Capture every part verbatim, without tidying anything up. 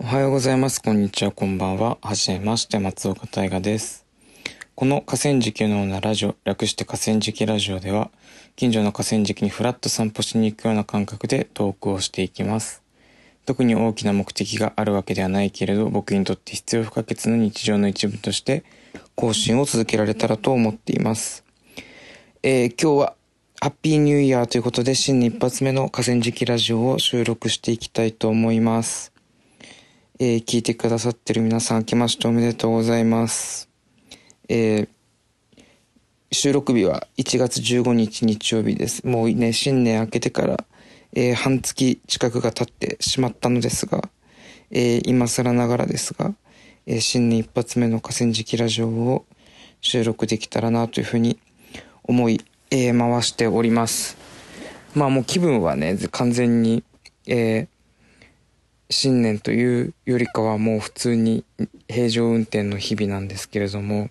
おはようございます。こんにちは。こんばんは。はじめまして。松岡大河です。この河川敷のようなラジオ、略して河川敷ラジオでは、近所の河川敷にフラッと散歩しに行くような感覚でトークをしていきます。特に大きな目的があるわけではないけれど、僕にとって必要不可欠な日常の一部として更新を続けられたらと思っています。えー、今日はハッピーニューイヤーということで、新年一発目の河川敷ラジオを収録していきたいと思います。えー、聞いてくださってる皆さん、明けましておめでとうございます。えー、収録日はいちがつじゅうごにち日曜日です。もうね、新年明けてから、えー、半月近くが経ってしまったのですが、えー、今更ながらですが、えー、新年一発目の河川敷ラジオを収録できたらなというふうに思い、えー、回しております。まあもう気分はね、完全に、えー、新年というよりかはもう普通に平常運転の日々なんですけれども、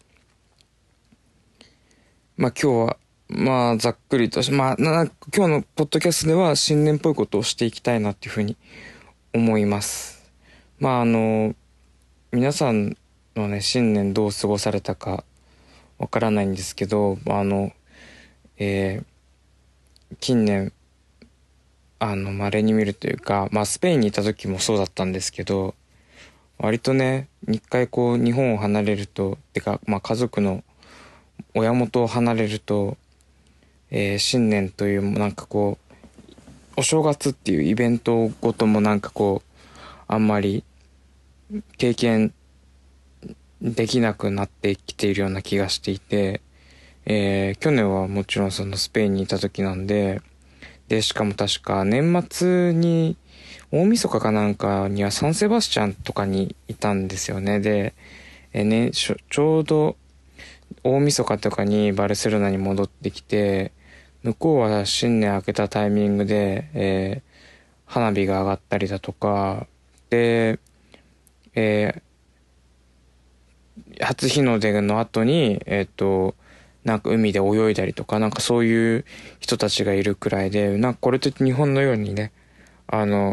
まあ今日はまあざっくりとし、まあな今日のポッドキャストでは新年っぽいことをしていきたいなっていうふうに思います。まああの皆さんのね新年どう過ごされたかわからないんですけど、あの、えー、近年あの稀に見るというか、まあスペインにいた時もそうだったんですけど、割とね一回こう日本を離れるとてか、まあ、家族の親元を離れると、えー、新年というなんかこうお正月っていうイベントごともなんかこうあんまり経験できなくなってきているような気がしていて、えー、去年はもちろんそのスペインにいた時なんで、でしかも確か年末に大晦日かなんかにはサンセバスチャンとかにいたんですよね。で、えーね、ちょ、ちょうど大晦日とかにバルセロナに戻ってきて、向こうは新年明けたタイミングで、えー、花火が上がったりだとか、で、えー、初日の出の後に、えっと、なんか海で泳いだりとか、なんかそういう人たちがいるくらいで、なんかこれと日本のようにね、あの、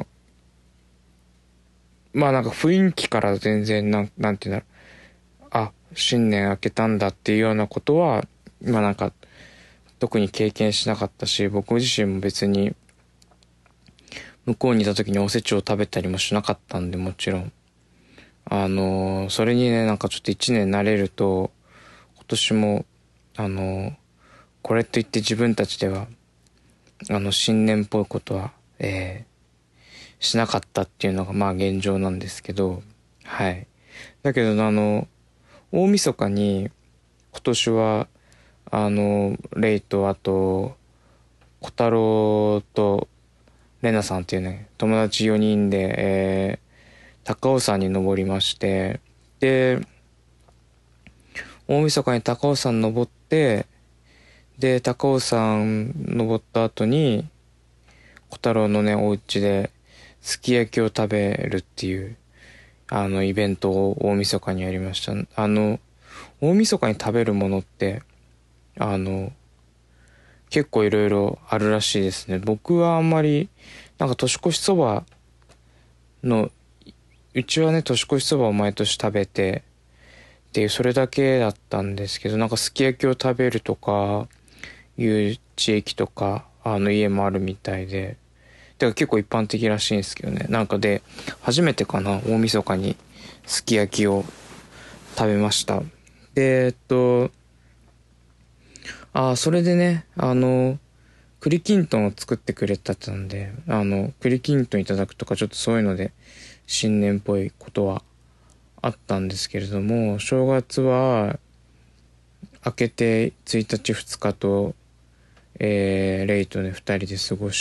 まあなんか雰囲気から全然なん、なんていうんだろう、あ、新年明けたんだっていうようなことは、まあなんか、特に経験しなかったし、僕自身も別に、向こうにいた時におせちを食べたりもしなかったんで、もちろん。あのー、それにね、なんかちょっと一年慣れると、今年も、あのー、これといって自分たちでは、あの、新年っぽいことは、えー、しなかったっていうのが、まあ現状なんですけど、はい。だけど、あの、大晦日に、今年は、あの、レイと、あと、小太郎と、レナさんっていうね、友達よにんで、えー、高尾山に登りまして、で、大晦日に高尾山登って、で、高尾山登った後に、小太郎のね、お家ですき焼きを食べるっていう、あの、イベントを大晦日にやりました。あの、大晦日に食べるものって、あの、結構いろいろあるらしいですね。僕はあんまり、なんか年越しそばの、うちはね、年越しそばを毎年食べて、っていう、それだけだったんですけど、なんかすき焼きを食べるとか、いう地域とか、あの家もあるみたいで、てか結構一般的らしいんですけどね。なんかで、初めてかな、大晦日にすき焼きを食べました。で、えっと、あ、それでね、あの、栗きんとんを作ってくれたってんで、あの、栗きんとんいただくとか、ちょっとそういうので、新年っぽいことはあったんですけれども、正月は、明けてついたちふつかと、えー、レイとね、二人で過ごして、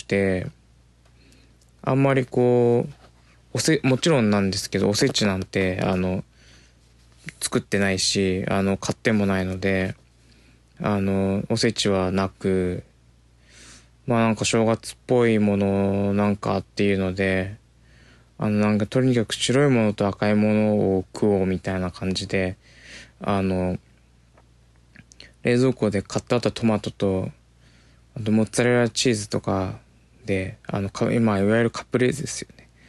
あんまりこう、おせ、もちろんなんですけど、おせちなんて、あの、作ってないし、あの、買ってもないので、あの、おせちはなく、まあなんか正月っぽいものなんかっていうので、あのなんかとにかく白いものと赤いものを食おうみたいな感じで、あの、冷蔵庫で買ってあったトマトと、あとモッツァレラチーズとかで、あの、か今いわゆるカプレーゼですよね。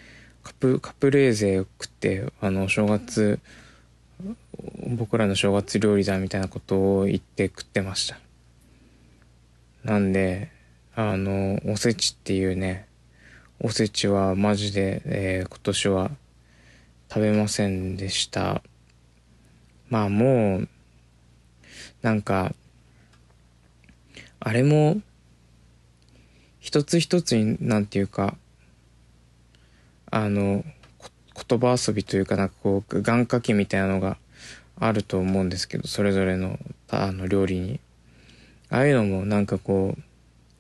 カプ、カプレーゼを食って、あの、正月、僕らの正月料理だみたいなことを言って食ってました。なんで、あの、おせちっていうね、おせちはマジで、えー今年は食べませんでした。まあもう、なんか、あれも、一つ一つになんていうか、あの、こ言葉遊びというかなんかこう、願掛けみたいなのがあると思うんですけど、それぞれの、あの、料理に。ああいうのもなんかこう、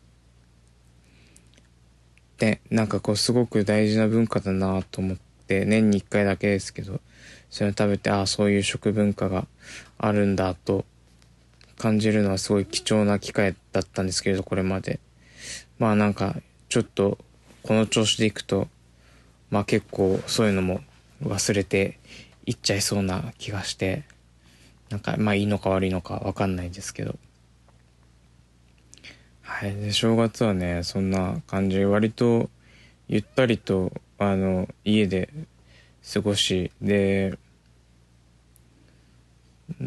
で、なんかこうすごく大事な文化だなと思って、年に一回だけですけど、それを食べて、ああ、そういう食文化があるんだと感じるのはすごい貴重な機会だったんですけれど、これまで。まあなんか、ちょっと、この調子でいくと、まあ結構そういうのも忘れていっちゃいそうな気がして、なんかまあいいのか悪いのかわかんないですけど。はい。で、正月はね、そんな感じ。割とゆったりと、あの、家で過ごし、で、うん、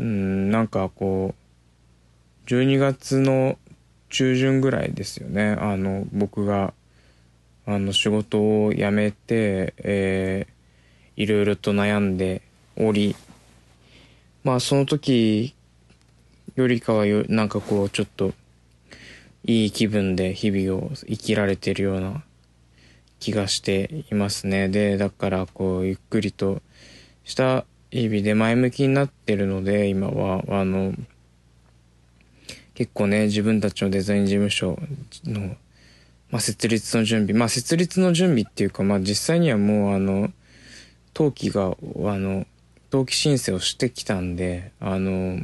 なんかこう、じゅうにがつの中旬ぐらいですよね。あの、僕が、あの、仕事を辞めて、えー、いろいろと悩んでおり、まあその時よりかはよ、なんかこう、ちょっと、いい気分で日々を生きられているような気がしていますね。で、だからこう、ゆっくりとした日々で前向きになってるので、今は、あの、結構ね、自分たちのデザイン事務所の、まあ、設立の準備。まあ、設立の準備っていうか、まあ、実際にはもう、あの、登記が、あの、登記申請をしてきたんで、あの、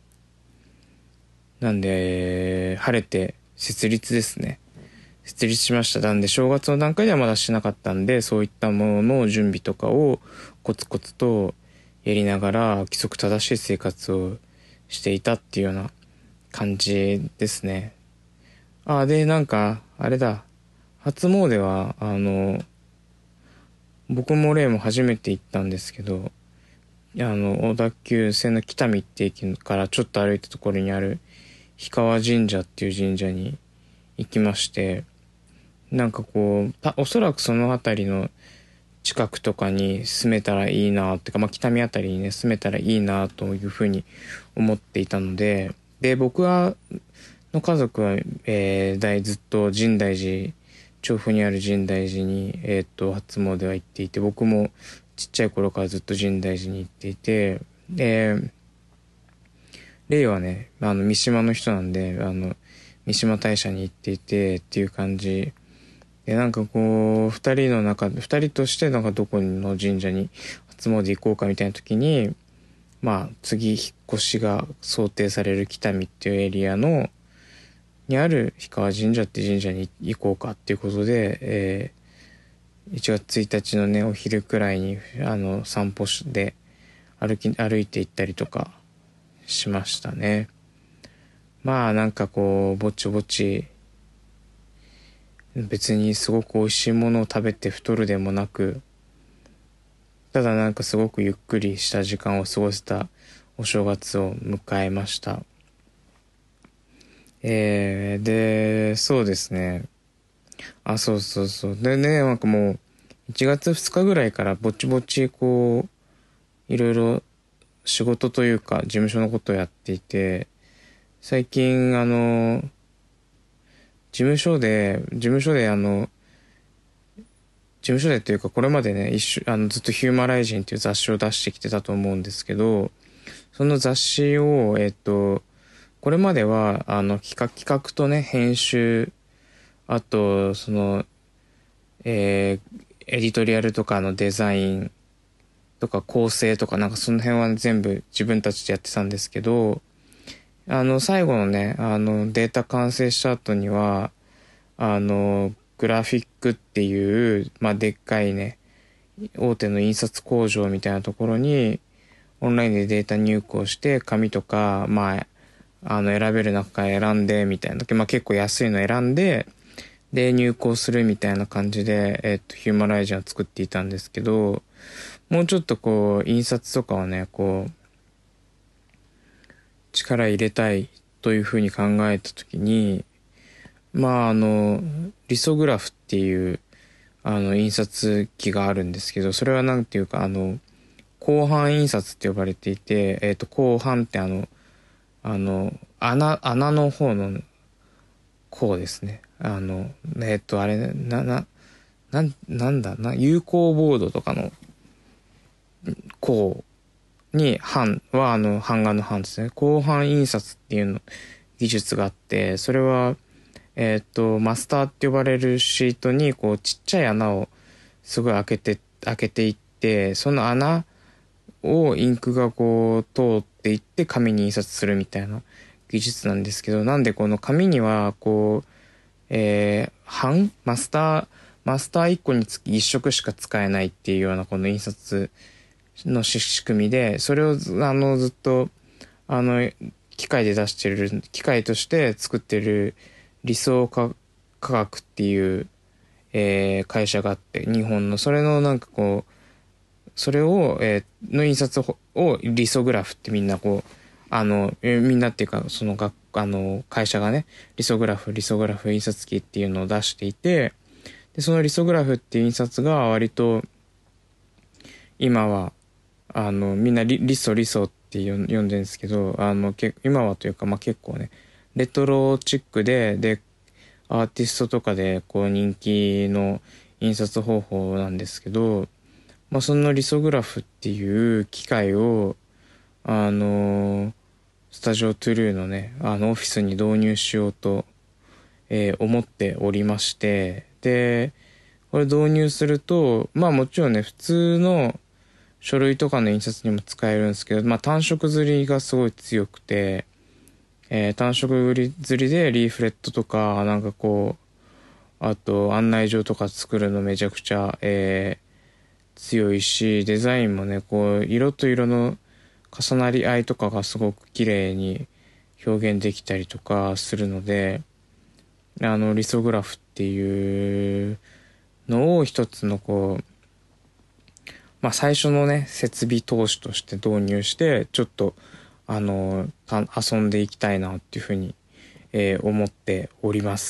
なんで、晴れて設立ですね。設立しました。なんで、正月の段階ではまだしてなかったんで、そういったものの準備とかをコツコツとやりながら、規則正しい生活をしていたっていうような感じですね。あ、で、なんか、あれだ。初詣は、あの、僕も例も初めて行ったんですけど、あの、小田急線の北見って駅からちょっと歩いたところにある氷川神社っていう神社に行きまして、なんかこう、たおそらくその辺りの近くとかに住めたらいいなってか、まあ、北見あたりにね、住めたらいいなというふうに思っていたので、で、僕は、の家族は、えー、大ずっと深大寺、調布にある深大寺に、えーっと、初詣は行っていて、僕もちっちゃい頃からずっと深大寺に行っていて、で、レイはね、あの、三島の人なんで、あの、三島大社に行っていてっていう感じで、なんかこう、二人の中、二人としてなんかどこの神社に初詣行こうかみたいな時に、まあ、次引っ越しが想定される北見っていうエリアの、にある氷川神社って神社に行こうかっていうことで、えー、いちがつついたちのね、お昼くらいに、あの、散歩で歩き、歩いて行ったりとかしましたね。まあ、なんかこう、ぼちぼち、別にすごく美味しいものを食べて太るでもなく、ただなんかすごくゆっくりした時間を過ごせたお正月を迎えました。えー、で、そうですね。あ、そうそうそう。でね、なんかもう、いちがつふつかぐらいからぼちぼちこう、いろいろ仕事というか事務所のことをやっていて、最近あの、事務所で、事務所であの、事務所でというかこれまでね、一緒、あのずっとヒューマライジンっていう雑誌を出してきてたと思うんですけど、その雑誌を、えっと、これまでは、あの、企画、企画とね、編集、あと、その、えー、エディトリアルとかのデザインとか構成とかなんかその辺は全部自分たちでやってたんですけど、あの、最後のね、あの、データ完成した後には、あの、グラフィックっていう、まあ、でっかいね、大手の印刷工場みたいなところに、オンラインでデータ入稿して、紙とか、まあ、あの、選べる中から選んで、みたいな。まあ、結構安いの選んで、 で入稿するみたいな感じで、えっと、ヒューマライジャーを作っていたんですけど、もうちょっとこう、印刷とかをね、こう、力入れたいというふうに考えたときに、まあ、あの、リソグラフっていう、あの、印刷機があるんですけど、それはなんていうか、あの、鋼板印刷って呼ばれていて、えっと、鋼板ってあの、あの、穴、穴の方の鋼ですね。あの、えっと、あれ、な、な、なん、なんだ、な、有効ボードとかの鋼に、版は、あの、版画の版ですね。鋼板印刷っていうの、技術があって、それは、えっと、マスターって呼ばれるシートに、こう、ちっちゃい穴をすごい開けて、開けていって、その穴をインクがこう、通っていって紙に印刷するみたいな技術なんですけど、なんでこの紙には、こう、えー、版マスター、マスターいっこにつきいっ色しか使えないっていうようなこの印刷の仕組みで、それをあのずっとあの機械で出してる、機械として作ってる理想科学っていう、えー会社があって、日本のそれのなんかこう、それを、えーの印刷ををリソグラフってみんなこう、あの、えーみんなっていうか、その学、あの、会社がね、リソグラフ、リソグラフ印刷機っていうのを出していて、で、そのリソグラフっていう印刷が割と、今は、あの、みんなリリソリソって呼ん呼んでるんですけど、あの、け今はというか、まあ、結構ね、レトロチックで、で、アーティストとかで、こう、人気の印刷方法なんですけど、まあ、そのリソグラフっていう機械を、あの、スタジオトゥルーのね、あの、オフィスに導入しようと、えー思っておりまして、で、これ導入すると、まあもちろんね、普通の書類とかの印刷にも使えるんですけど、まあ単色刷りがすごい強くて、えー単色刷りでリーフレットとか、なんかこう、あと案内状とか作るのめちゃくちゃ、えー強いし、デザインもね、こう、色と色の重なり合いとかがすごく綺麗に表現できたりとかするので、あの、リソグラフっていうのを一つのこう、まあ最初のね、設備投資として導入して、ちょっと、あの、遊んでいきたいなっていうふうに、えー思っております。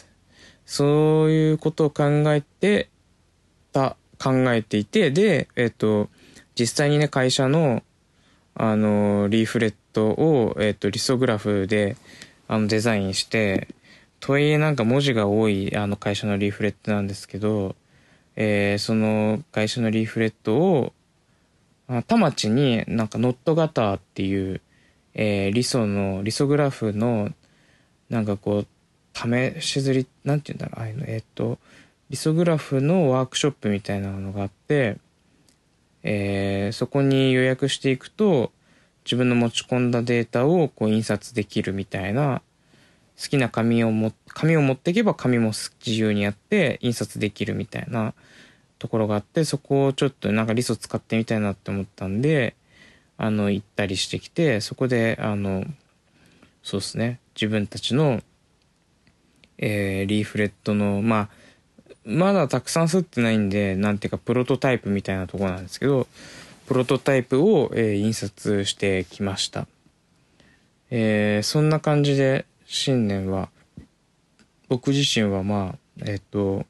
そういうことを考えてた、考えていて、で、えっと、実際にね、会社の、あの、リーフレットを、えっと、リソグラフで、あの、デザインして、とはいえなんか文字が多い、あの、会社のリーフレットなんですけど、えーその会社のリーフレットを、あ田町になんかノットガターっていう、えーリソの、リソグラフの、なんかこう、試し刷り、なんて言うんだろう、ああいうの、えーっと、リソグラフのワークショップみたいなのがあって、えーそこに予約していくと、自分の持ち込んだデータをこう印刷できるみたいな、好きな紙をも、紙を持っていけば紙も自由にやって印刷できるみたいなところがあって、そこをちょっとなんかリソ使ってみたいなって思ったんで、あの、行ったりしてきて、そこで、あの、そうですね、自分たちの、えーリーフレットの、まあ、まだたくさん刷ってないんで、なんていうか、プロトタイプみたいなところなんですけど、プロトタイプを、えー印刷してきました。えーそんな感じで、新年は、僕自身はまあ、えっと、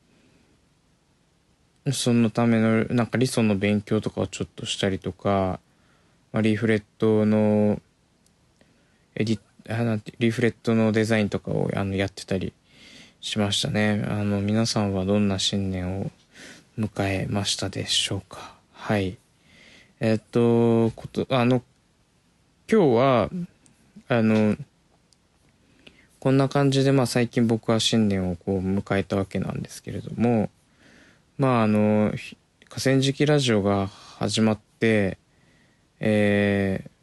そのための、なんか理想の勉強とかをちょっとしたりとか、まあ、リーフレットの、エディ、あ、なんて、リーフレットのデザインとかをあのやってたりしましたね。あの、皆さんはどんな新年を迎えましたでしょうか。はい。えっと、こと、あの、今日は、あの、こんな感じで、まあ最近僕は新年をこう迎えたわけなんですけれども、まああの、河川敷ラジオが始まって、えー、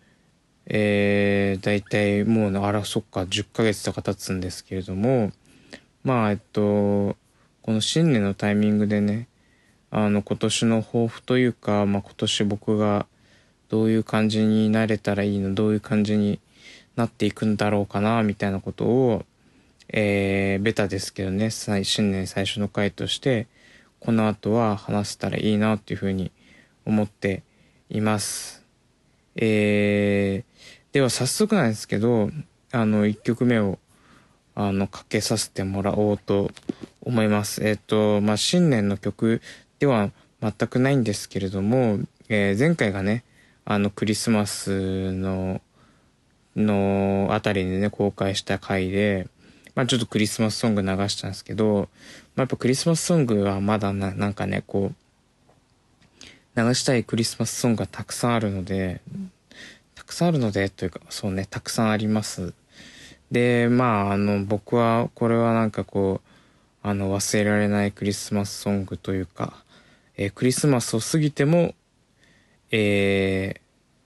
えー、大体もうね、あら、そっか、じゅっかげつとか経つんですけれども、まあ、えっと、この新年のタイミングでね、あの、今年の抱負というか、まあ今年僕がどういう感じになれたらいいの、どういう感じになっていくんだろうかな、みたいなことを、 えー、ベタですけどね、最新年最初の回として、この後は話せたらいいなっていうふうに思っています。えー、では早速なんですけど、あの、いっきょくめを、あの、かけさせてもらおうと思います。えっと、まあ、新年の曲では全くないんですけれども、えー前回がね、あの、クリスマスの、のあたりでね、公開した回で、まあちょっとクリスマスソング流したんですけど、まあやっぱクリスマスソングはまだな、なんかね、こう、流したいクリスマスソングがたくさんあるので、たくさんあるので、というか、そうね、たくさんあります。で、まああの、僕は、これはなんかこう、あの、忘れられないクリスマスソングというか、えークリスマスを過ぎても、え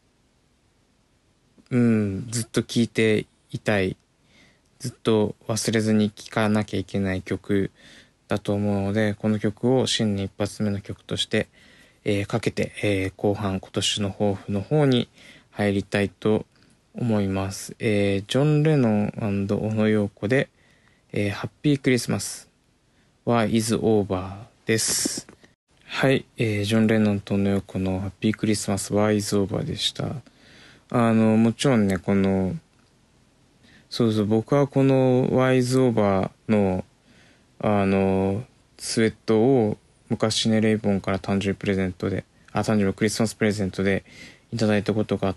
ー、うん、ずっと聴いていたい、ずっと忘れずに聴かなきゃいけない曲だと思うので、この曲を新年一発目の曲として、えーかけて、えー後半今年の抱負の方に入りたいと思います。えージョン・レノン小野陽子で、えーハッピークリスマスは is over です。はい、えージョン・レノンと小野陽子のハッピークリスマスは is over でした。あの、もちろんね、この、そうそう、僕はこの Wise Over の、あの、スウェットを昔ね、レイボンから誕生日プレゼントで、あ、誕生日クリスマスプレゼントでいただいたことがあって、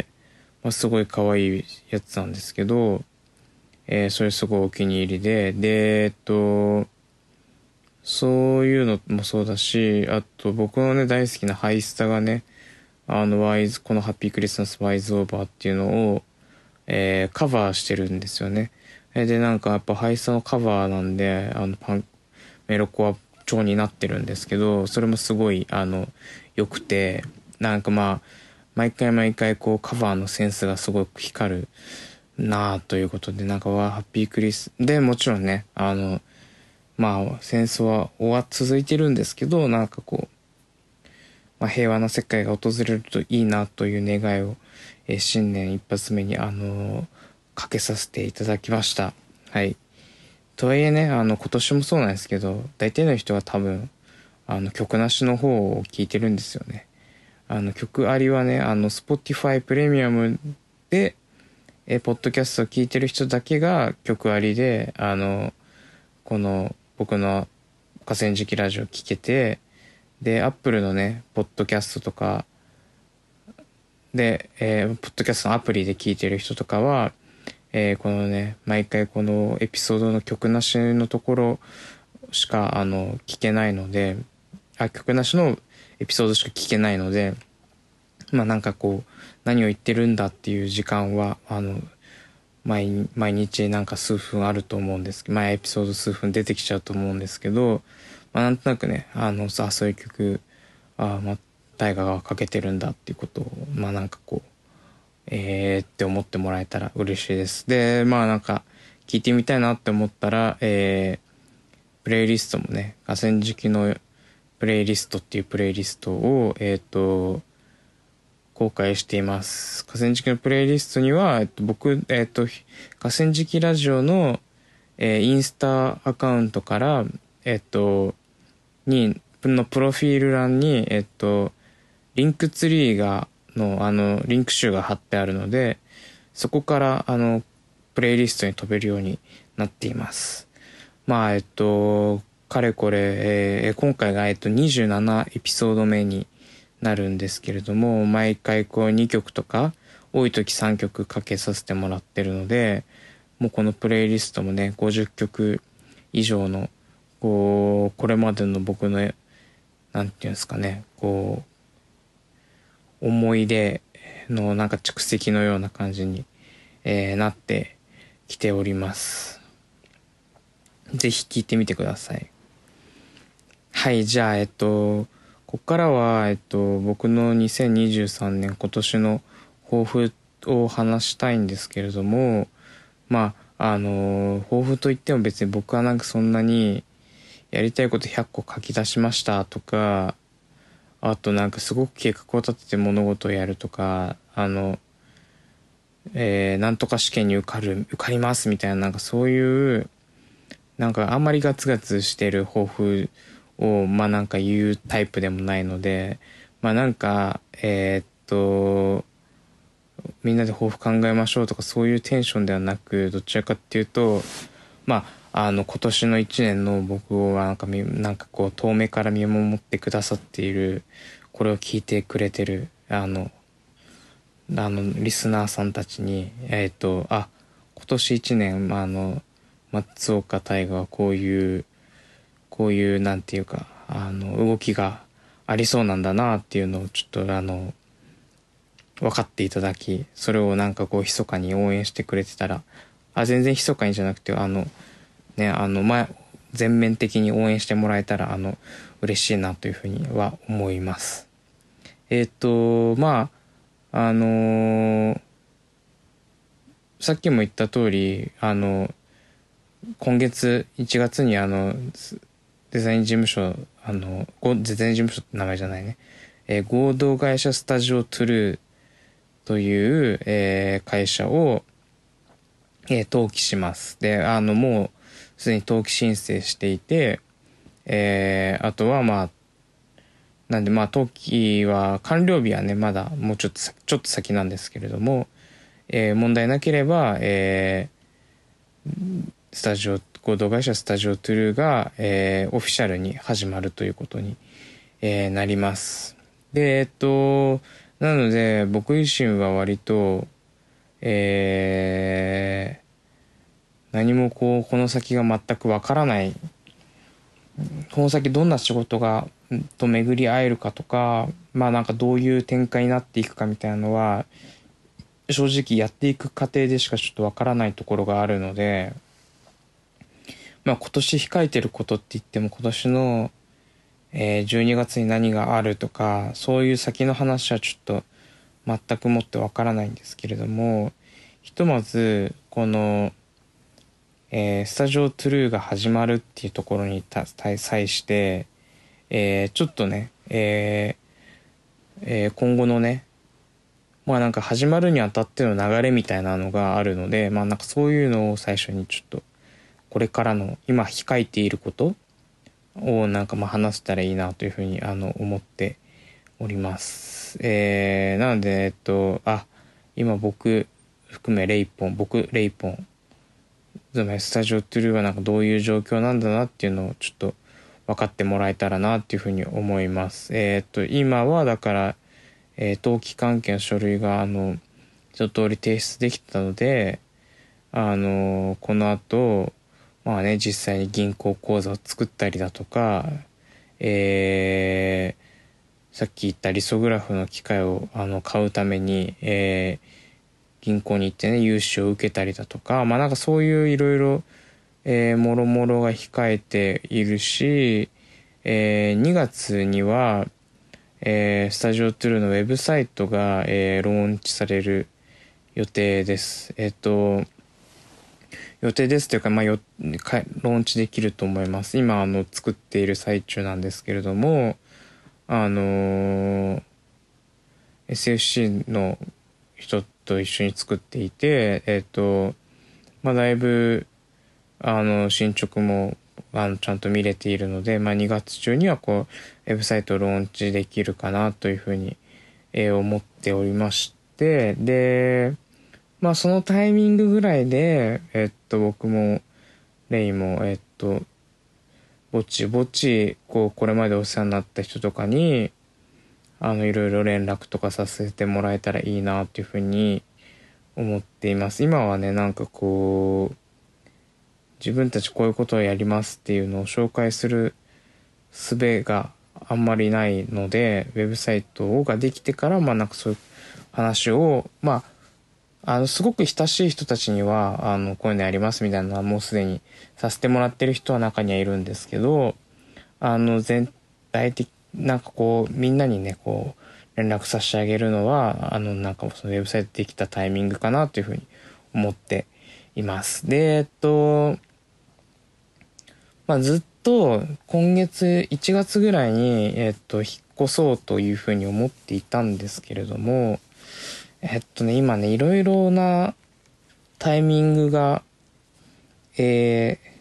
まあ、すごい可愛いやつなんですけど、えーそれすごいお気に入りで、で、えっと、そういうのもそうだし、あと僕のね、大好きなハイスタがね、あの、ワイズ、このハッピークリスマスワイズオーバーっていうのを、えーカバーしてるんですよね。えーで、なんかやっぱハイスタのカバーなんで、あの、パン、メロコア調になってるんですけど、それもすごい、あの、良くて、なんかまあ、毎回毎回こうカバーのセンスがすごく光るなあということで、なんかはハッピークリス、で、もちろんね、あの、まあ、戦争は終わ、続いてるんですけど、なんかこう、まあ、平和な世界が訪れるといいなという願いを、えー新年一発目に、あのーかけさせていただきました。はい。とはいえね、あの、今年もそうなんですけど、大体の人は多分、あの、曲なしの方を聞いてるんですよね。あの、曲ありはね、あの、Spotify プレミアムで、えーポッドキャストを聞いてる人だけが曲ありで、あの、この、僕の河川敷ラジオ聞けて、で、Apple のね、ポッドキャストとか、で、えー、ポッドキャストのアプリで聞いてる人とかは、えー、このね、毎回このエピソードの曲なしのところしか、あの、聞けないので、あ、曲なしのエピソードしか聞けないので、まあなんかこう、何を言ってるんだっていう時間は、あの、毎、毎日なんか数分あると思うんですけど、毎エピソード数分出てきちゃうと思うんですけど、まあなんとなくね、あの、さ、そういう曲、あ、まあ、大河がかけてるんだっていうことを、まあなんかこう、えーって思ってもらえたら嬉しいです。で、まあなんか、聞いてみたいなって思ったら、えー、プレイリストもね、河川敷のプレイリストっていうプレイリストを、えっと、公開しています。河川敷のプレイリストには、えっと、僕、えっと、河川敷ラジオの、えーインスタアカウントから、えっと、に、のプロフィール欄に、えっと、リンクツリーが、の、あの、リンク集が貼ってあるので、そこから、あの、プレイリストに飛べるようになっています。まあ、えっと、かれこれ、えー今回が、えっと、にじゅうななエピソード目になるんですけれども、毎回こうにきょくとか、多い時さんきょくかけさせてもらってるので、もうこのプレイリストもね、ごじゅっきょく以上の、こう、これまでの僕の、なんていうんですかね、こう、思い出のなんか蓄積のような感じに、えーなってきております。ぜひ聞いてみてください。はい、じゃあ、えっと、ここからは、えっと、僕のにせんにじゅうさんねん今年の抱負を話したいんですけれども、まあ、あの、抱負といっても別に僕はなんかそんなにやりたいことひゃっこ書き出しましたとか、あとなんかすごく計画を立てて物事をやるとか、あの、 えー、なんとか試験に受かる、受かりますみたいな、なんかそういう、なんかあんまりガツガツしてる抱負を、まあなんか言うタイプでもないので、まあなんか、えーっと、みんなで抱負考えましょうとかそういうテンションではなく、どちらかっていうと、まあ、あの、今年の一年の僕をなんかみ、なんかこう、遠目から見守ってくださっている、これを聞いてくれてる、あの、あの、リスナーさんたちに、えっと、あ、今年一年、まあ、あの、松岡大河はこういう、こういう、なんていうか、あの、動きがありそうなんだなっていうのを、ちょっと、あの、分かっていただき、それをなんかこう、密かに応援してくれてたら、あ、全然密かにじゃなくて、あの、ね、あの、ま、全面的に応援してもらえたら、あの、嬉しいなというふうには思います。えっと、まあ、あのーさっきも言った通り、あの、今月いちがつにあの、デザイン事務所、あの、ごデザイン事務所って名前じゃないね。えー合同会社スタジオトゥルーという、えー会社を、えー登記します。で、あの、もうすでに登記申請していて、えーあとはまあ、なんでまあ登記は完了日はね、まだもうちょっとさちょっと先なんですけれども、えー問題なければ、えースタジオ、合同会社スタジオトゥルーが、えーオフィシャルに始まるということに、えーなります。で、えっと、なので僕自身は割と、えー何もこう、この先が全くわからない、この先どんな仕事が、と巡り会えるかとか、まあなんかどういう展開になっていくかみたいなのは、正直やっていく過程でしかちょっとわからないところがあるので、まあ今年控えてることって言っても今年の、えーじゅうにがつに何があるとか、そういう先の話はちょっと全くもってわからないんですけれども、ひとまず、この、えースタジオトゥルーが始まるっていうところにた対際して、えーちょっとね、えーえー今後のね、まあなんか始まるにあたっての流れみたいなのがあるので、まあなんかそういうのを最初にちょっと、これからの今控えていることをなんかまあ話せたらいいなというふうにあの思っております。えー、なので、えっと、あ、今僕含めレイポン、僕レイポン、つまりスタジオトゥルーはなんかどういう状況なんだなっていうのをちょっと分かってもらえたらなっていうふうに思います。えー、っと、今はだから、えー、登記関係の書類があの、一通り提出できたので、あの、この後、まあね、実際に銀行口座を作ったりだとか、えー、さっき言ったリソグラフの機械をあの買うために、えー、銀行に行ってね、融資を受けたりだとか、まあなんかそういういろいろ、えー、もろもろが控えているし、えー、にがつには、えー、スタジオトゥルーのウェブサイトが、えー、ローンチされる予定です。えっと、予定ですというか、まあ、よ、かローンチできると思います。今、あの、作っている最中なんですけれども、あのー エスエフシー の人と一緒に作っていて、えっと、まあ、だいぶ、あの、進捗も、あの、ちゃんと見れているので、まあ、にがつ中には、こう、ウェブサイトをローンチできるかなというふうに、えー思っておりまして、で、まあ、そのタイミングぐらいで、えっと、僕も、レイも、えっと、ぼちぼち、こう、これまでお世話になった人とかに、あの、いろいろ連絡とかさせてもらえたらいいなっていうふうに思っています。今はね、なんかこう、自分たちこういうことをやりますっていうのを紹介する術があんまりないので、ウェブサイトができてから、まあなんかそういう話を、まあ、あの、すごく親しい人たちには、あの、こういうのやりますみたいなのはもうすでにさせてもらってる人は中にはいるんですけど、あの、全体的、なんかこう、みんなにね、こう、連絡差し上げるのは、あの、なんかそのウェブサイトできたタイミングかなというふうに思っています。で、えっと、まあ、ずっと今月いちがつぐらいに、えっと、引っ越そうというふうに思っていたんですけれども、 えっとね、今ね、いろいろなタイミングが、えー、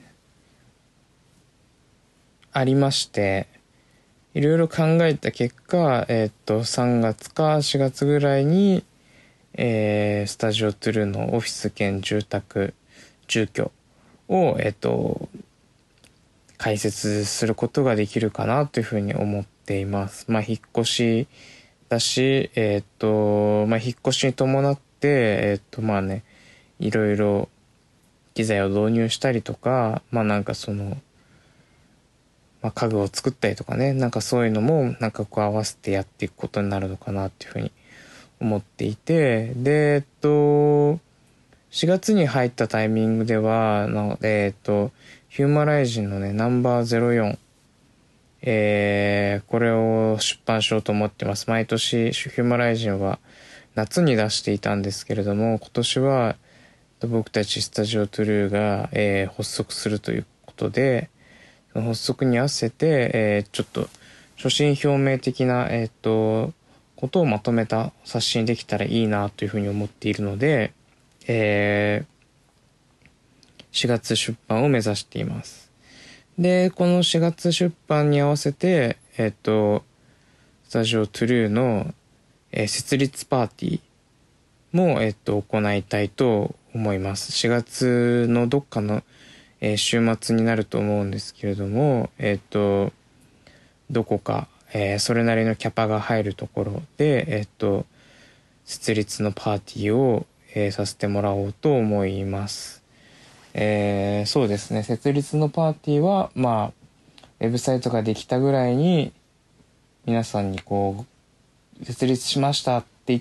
ありまして、いろいろ考えた結果、えっと、さんがつかしがつぐらいに、えー、スタジオトゥルーのオフィス兼住宅、住居を、えっと、開設することができるかなというふうに思っています。まあ、引っ越しだし、えっと、まあ、引っ越しに伴って、えっと、まあね、いろいろ機材を導入したりとか、まあなんかその、まあ、家具を作ったりとかね、なんかそういうのもなんかこう合わせてやっていくことになるのかなっていうふうに思っていて、で、えっと、しがつに入ったタイミングでは、なえっと、ヒューマライジンのね、ナンバーゼロよん、えー、これを出版しようと思ってます。毎年、ヒューマライジンは夏に出していたんですけれども、今年は僕たちスタジオトゥルーが、えー発足するということで、発足に合わせて、えーちょっと、初心表明的な、えっと、ことをまとめた冊子にできたらいいなというふうに思っているので、えーしがつ出版を目指しています。で、このしがつ出版に合わせて、えっと、スタジオトゥルーの、えー設立パーティーも、えっと、行いたいと思います。しがつのどっかの、えー週末になると思うんですけれども、えっと、どこか、えーそれなりのキャパが入るところで、えっと、設立のパーティーを、えーさせてもらおうと思います。えーそうですね、設立のパーティーは、まあ、ウェブサイトができたぐらいに、皆さんにこう、設立しましたって言って、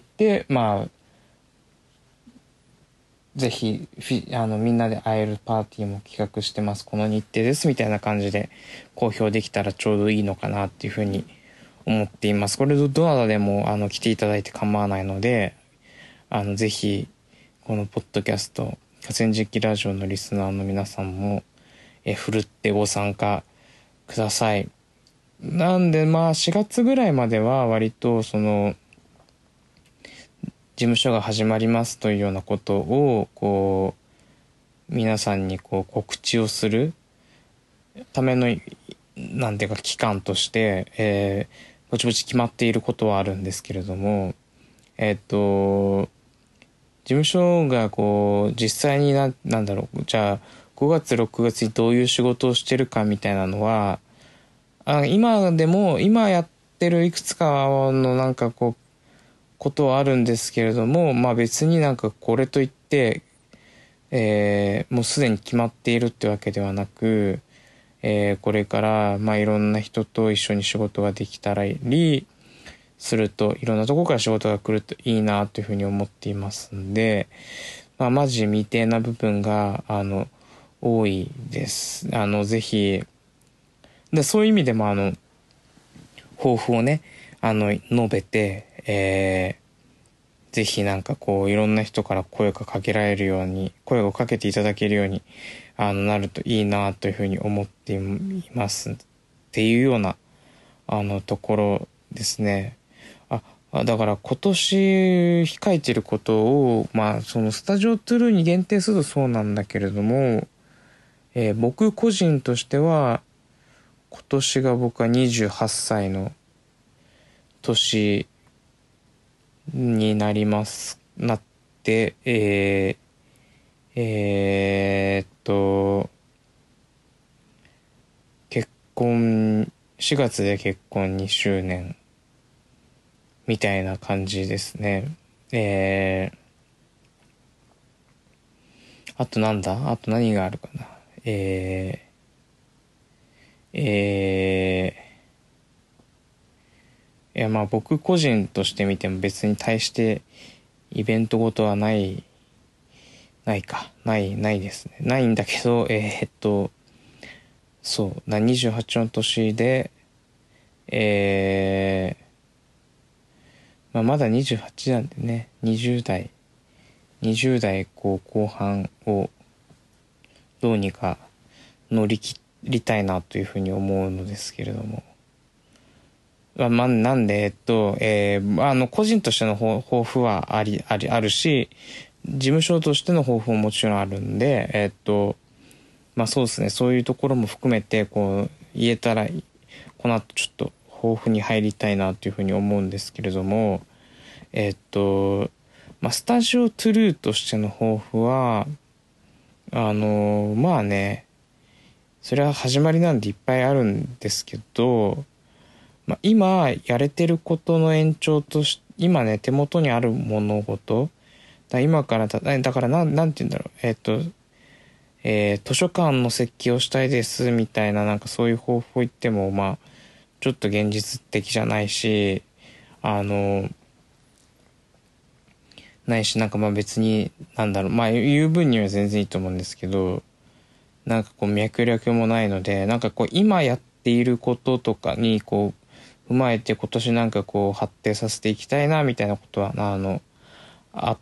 まあ、ぜひフィあのみんなで会えるパーティーも企画してます、この日程ですみたいな感じで公表できたらちょうどいいのかなっていうふうに思っています。これどどなたでもあの来ていただいて構わないので、あのぜひこのポッドキャスト河川敷ラジオのリスナーの皆さんもえふるってご参加ください。なんでまあしがつぐらいまでは割とその事務所が始まりますというようなことをこう皆さんにこう告知をするためのなんていうか期間として、えー、ぼちぼち決まっていることはあるんですけれども、えっと事務所がこう実際にななんだろうじゃあごがつろくがつにどういう仕事をしてるかみたいなのはあ今でも今やってるいくつかのなんかこうことはあるんですけれども、まあ別になんかこれといって、えーもうすでに決まっているってわけではなく、えーこれからまあいろんな人と一緒に仕事ができたりすると、いろんなところから仕事が来るといいなというふうに思っていますんで、まあマジ未定な部分があの多いです。あのぜひでそういう意味でもあの抱負をねあの述べて、えーぜひなんかこういろんな人から声がかけられるように、声をかけていただけるようにあのなるといいなというふうに思っていますっていうようなあのところですね。あ、あだから今年控えてることをまあそのスタジオトゥルーに限定するとそうなんだけれども、えー僕個人としては今年が僕はにじゅうはっさいの年になりますなって、えー、えーっと結婚しがつで結婚にしゅうねんみたいな感じですね。えー、あとなんだあと何があるかな。えー、えー、いやまあ僕個人として見ても別に対してイベントごとはないないかないないですね。ないんだけど、えー、っとそうなにじゅうはちの年でえー、まあ、まだにじゅうはちなんでね、にじゅう代、にじゅう代こう後半をどうにか乗り切りたいなというふうに思うのですけれども、 まあ、まなんで、えっと、えー、あの、個人としての抱抱負はあり、あり、あるし、事務所としての抱負ももちろんあるんで、えっと、まあそうですね、そういうところも含めて、こう、言えたら、この後ちょっと抱負に入りたいなというふうに思うんですけれども、えっと、まあ、スタジオトゥルーとしての抱負は、あの、まあね、それは始まりなんでいっぱいあるんですけど、まあ、今やれてることの延長とし、今ね、手元にある物事、だ今からだ、だからなん、なんて言うんだろう、えっと、えー図書館の設計をしたいですみたいな、なんかそういう抱負を言っても、まあ、ちょっと現実的じゃないし、あの、ないし、なんかまあ別に、なんだろう、まあ言う分には全然いいと思うんですけど、なんかこう脈略もないので、なんかこう今やっていることとかにこう踏まえて今年なんかこう発展させていきたいなみたいなことはあのあって、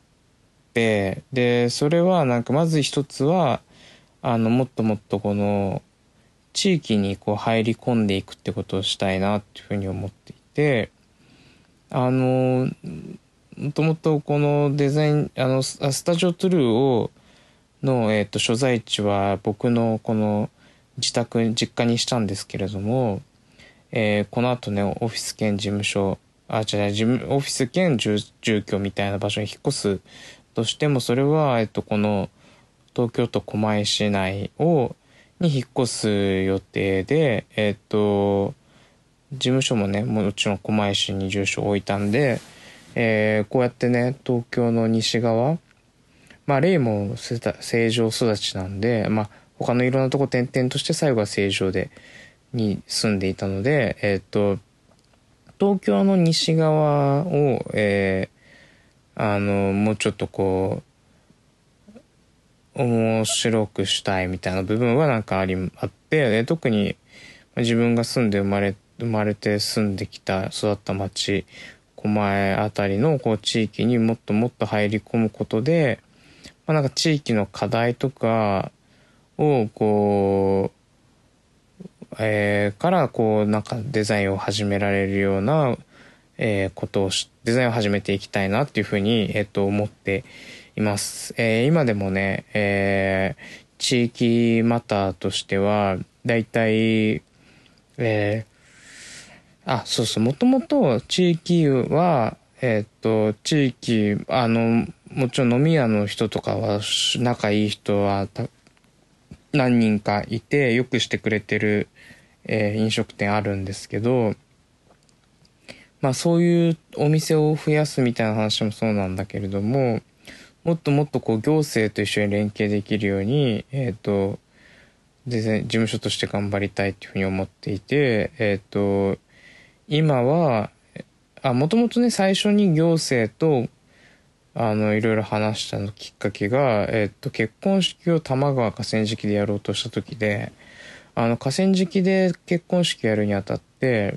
でそれはなんかまず一つはあのもっともっとこの地域にこう入り込んでいくってことをしたいなっていうふうに思っていて、あのもともとこのデザインあのススタジオトゥルーをの、えーと、所在地は僕のこの自宅、実家にしたんですけれども、えーこの後ね、オフィス兼事務所、あ、違う、事務、オフィス兼住、住居みたいな場所に引っ越すとしても、それは、えっと、この東京都狛江市内を、に引っ越す予定で、えっと、事務所もね、もちろん狛江市に住所を置いたんで、えーこうやってね、東京の西側、まあ、レイも成城育ちなんで、まあ、他のいろんなとこ転々として最後は成城で、に住んでいたので、えっと、東京の西側を、えー、あの、もうちょっとこう、面白くしたいみたいな部分はなんかあり、あって、特に自分が住んで生まれ、生まれて住んできた、育った町、狛江あたりのこう地域にもっともっと入り込むことで、まあ、なんか地域の課題とかをこう、えー、からこうなんかデザインを始められるような、えー、ことをしデザインを始めていきたいなっていうふうに、えー、と思っています。えー、今でもね、えー、地域マターとしてはだいたい、えー、あ、そうそう、もともと地域はえっ、と地域あのもちろん飲み屋の人とかは仲いい人はた何人かいてよくしてくれてる、えー飲食店あるんですけど、まあそういうお店を増やすみたいな話もそうなんだけれども、もっともっとこう行政と一緒に連携できるように、えっと、全然事務所として頑張りたいっていうふうに思っていて、えっと、今は、あ、もともとね、最初に行政と、あの、いろいろ話したのきっかけが、えっと、結婚式を多摩川河川敷でやろうとした時で、あの、河川敷で結婚式やるにあたって、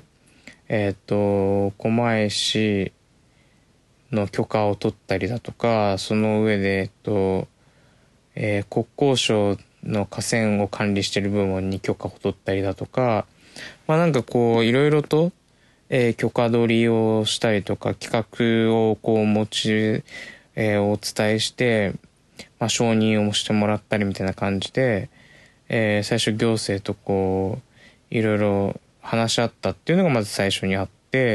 えっと、狛江市の許可を取ったりだとか、その上で、えっと、えー国交省の河川を管理している部門に許可を取ったりだとか、まあなんかこう、いろいろと、えー許可取りをしたりとか、企画をこう持ち、えーお伝えして、まあ承認をしてもらったりみたいな感じで、えー最初行政とこう、いろいろ話し合ったっていうのがまず最初にあって、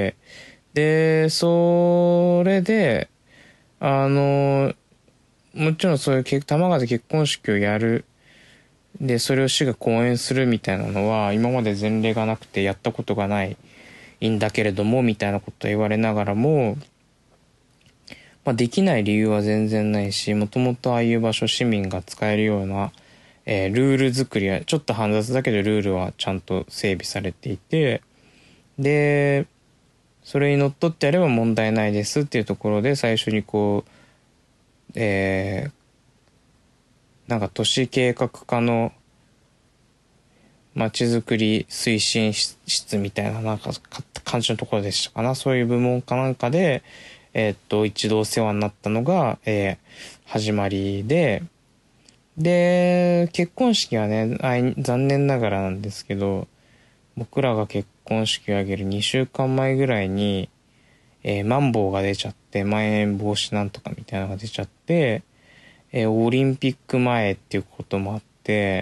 で、それで、あの、もちろんそういう結玉川で結婚式をやる。で、それを市が後援するみたいなのは、今まで前例がなくてやったことがないんだけれども、みたいなことを言われながらも、まあ、できない理由は全然ないし、もともとああいう場所市民が使えるような、えールール作りは、ちょっと煩雑だけどルールはちゃんと整備されていて、で、それにのっとってやれば問題ないですっていうところで最初にこう、えー、なんか都市計画課のまちづくり推進室みたいななんか感じのところでしたかな。そういう部門かなんかで、えーっと、一度お世話になったのが、えー始まりで、で、結婚式はね、あい残念ながらなんですけど、僕らが結婚式を挙げるにしゅうかんまえぐらいに、えー、マンボウが出ちゃって、まん延防止なんとかみたいなのが出ちゃって、えー、オリンピック前っていうこともあって、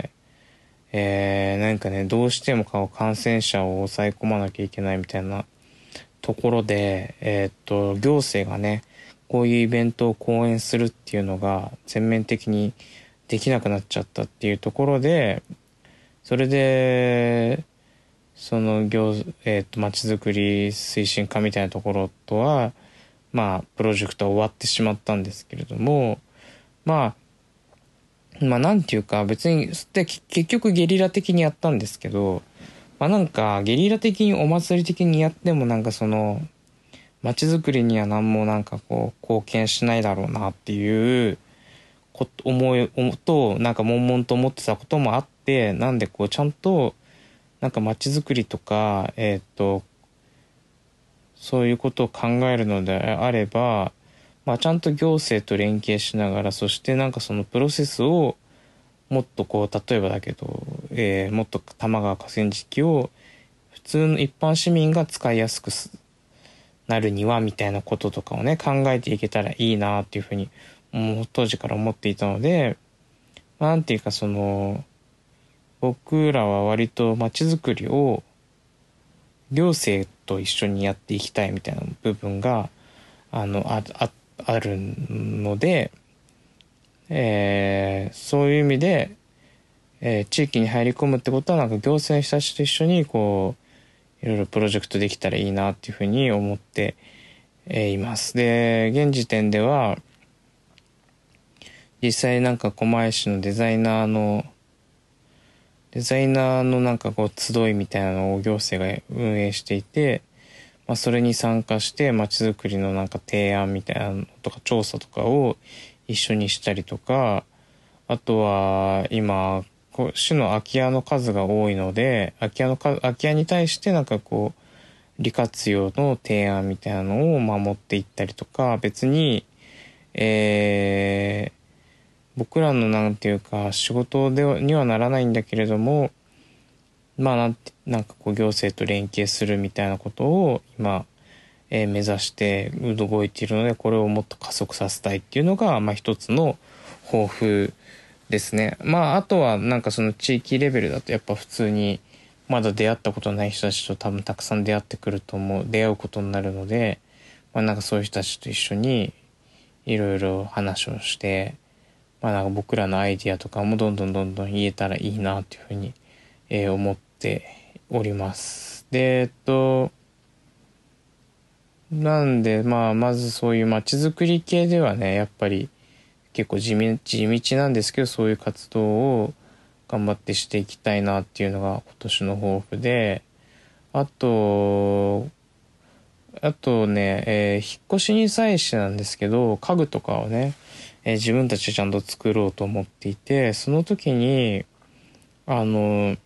えー、なんかね、どうしても感染者を抑え込まなきゃいけないみたいなところで、えー、っと、行政がね、こういうイベントを講演するっていうのが全面的にできなくなっちゃったっていうところで、それで、その行、えー、っと、街づくり推進課みたいなところとは、まあ、プロジェクトは終わってしまったんですけれども、まあ、まあ、なんていうか、別に、で、結局ゲリラ的にやったんですけど、まあなんか、ゲリラ的にお祭り的にやってもなんかその、街づくりには何もなんかこう、貢献しないだろうなっていうこ思い、と、なんか悶々と思ってたこともあって、なんでこう、ちゃんと、なんか街づくりとか、えっと、そういうことを考えるのであれば、まあちゃんと行政と連携しながら、そしてなんかそのプロセスを、もっとこう、例えばだけど、えー、もっと玉川河川敷を普通の一般市民が使いやすくなるにはみたいなこととかをね、考えていけたらいいなっていうふうに、もう当時から思っていたので、なんていうかその、僕らは割と街づくりを行政と一緒にやっていきたいみたいな部分が、あの、あ、あ、あるので、えー、そういう意味で、えー、地域に入り込むってことはなんか行政の人たちと一緒にこういろいろプロジェクトできたらいいなっていうふうに思って、えー、います。で、現時点では実際なんか狛江市のデザイナーのデザイナーのなんかこう集いみたいなのを行政が運営していて、まあ、それに参加して街づくりのなんか提案みたいなのとか調査とかを一緒にしたりとか、あとは今市の空き家の数が多いので、空き家のか空き家に対してなんかこう利活用の提案みたいなのを守っていったりとか、別に、えー、僕らのなんていうか仕事ではにはならないんだけれども、まあなんてなんかこう行政と連携するみたいなことを今、えー、目指して動いているので、これをもっと加速させたいっていうのがまあ一つの抱負ですね。まああとはなんかその地域レベルだとやっぱ普通にまだ出会ったことない人たちと多分たくさん出会ってくると思う、出会うことになるので、まあなんかそういう人たちと一緒にいろいろ話をして、まあなんか僕らのアイディアとかもどんどんどんどん言えたらいいなっていうふうに、えー、思っております。で、えっと、なんでまあまずそういう街づくり系ではね、やっぱり結構地道、地道なんですけど、そういう活動を頑張ってしていきたいなっていうのが今年の抱負で、あと、あとね、えー引っ越しに際してなんですけど、家具とかをね、えー自分たちでちゃんと作ろうと思っていて、その時に、あの、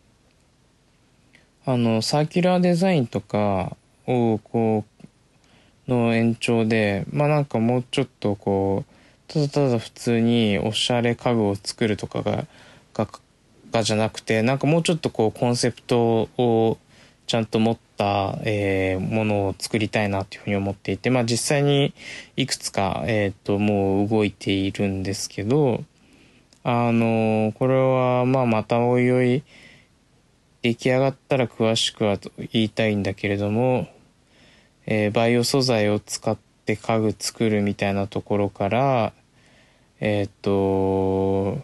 あの、サーキュラーデザインとかを、こう、の延長で、まあなんかもうちょっとこう、ただただ普通におしゃれ家具を作るとかが、が、がじゃなくて、なんかもうちょっとこうコンセプトをちゃんと持った、えー、ものを作りたいなというふうに思っていて、まあ実際にいくつか、えっと、もう動いているんですけど、あの、これはまあまたおいおい出来上がったら詳しくは言いたいんだけれども、えー、バイオ素材を使って家具作るみたいなところから、えっと、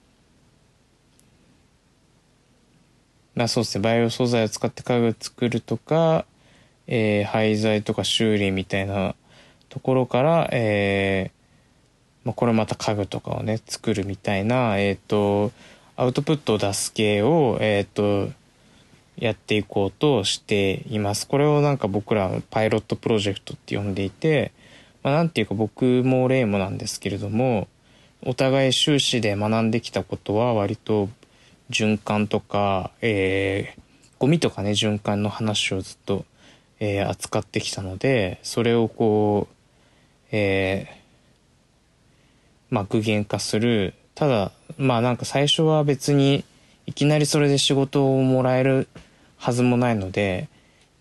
まあそうですね、バイオ素材を使って家具作るとか、えー、廃材とか修理みたいなところから、えー、まあ、これまた家具とかをね、作るみたいな、えっと、アウトプットを出す系を、えっと、やっていこうとしています。これをなんか僕らパイロットプロジェクトって呼んでいて、まあ、なんていうか僕も例もなんですけれども、お互い修士で学んできたことは割と循環とか、えー、ゴミとかね、循環の話をずっと、えー、扱ってきたので、それをこう、えー、まあ具現化する。ただ、まあなんか最初は別にいきなりそれで仕事をもらえるはずもないので、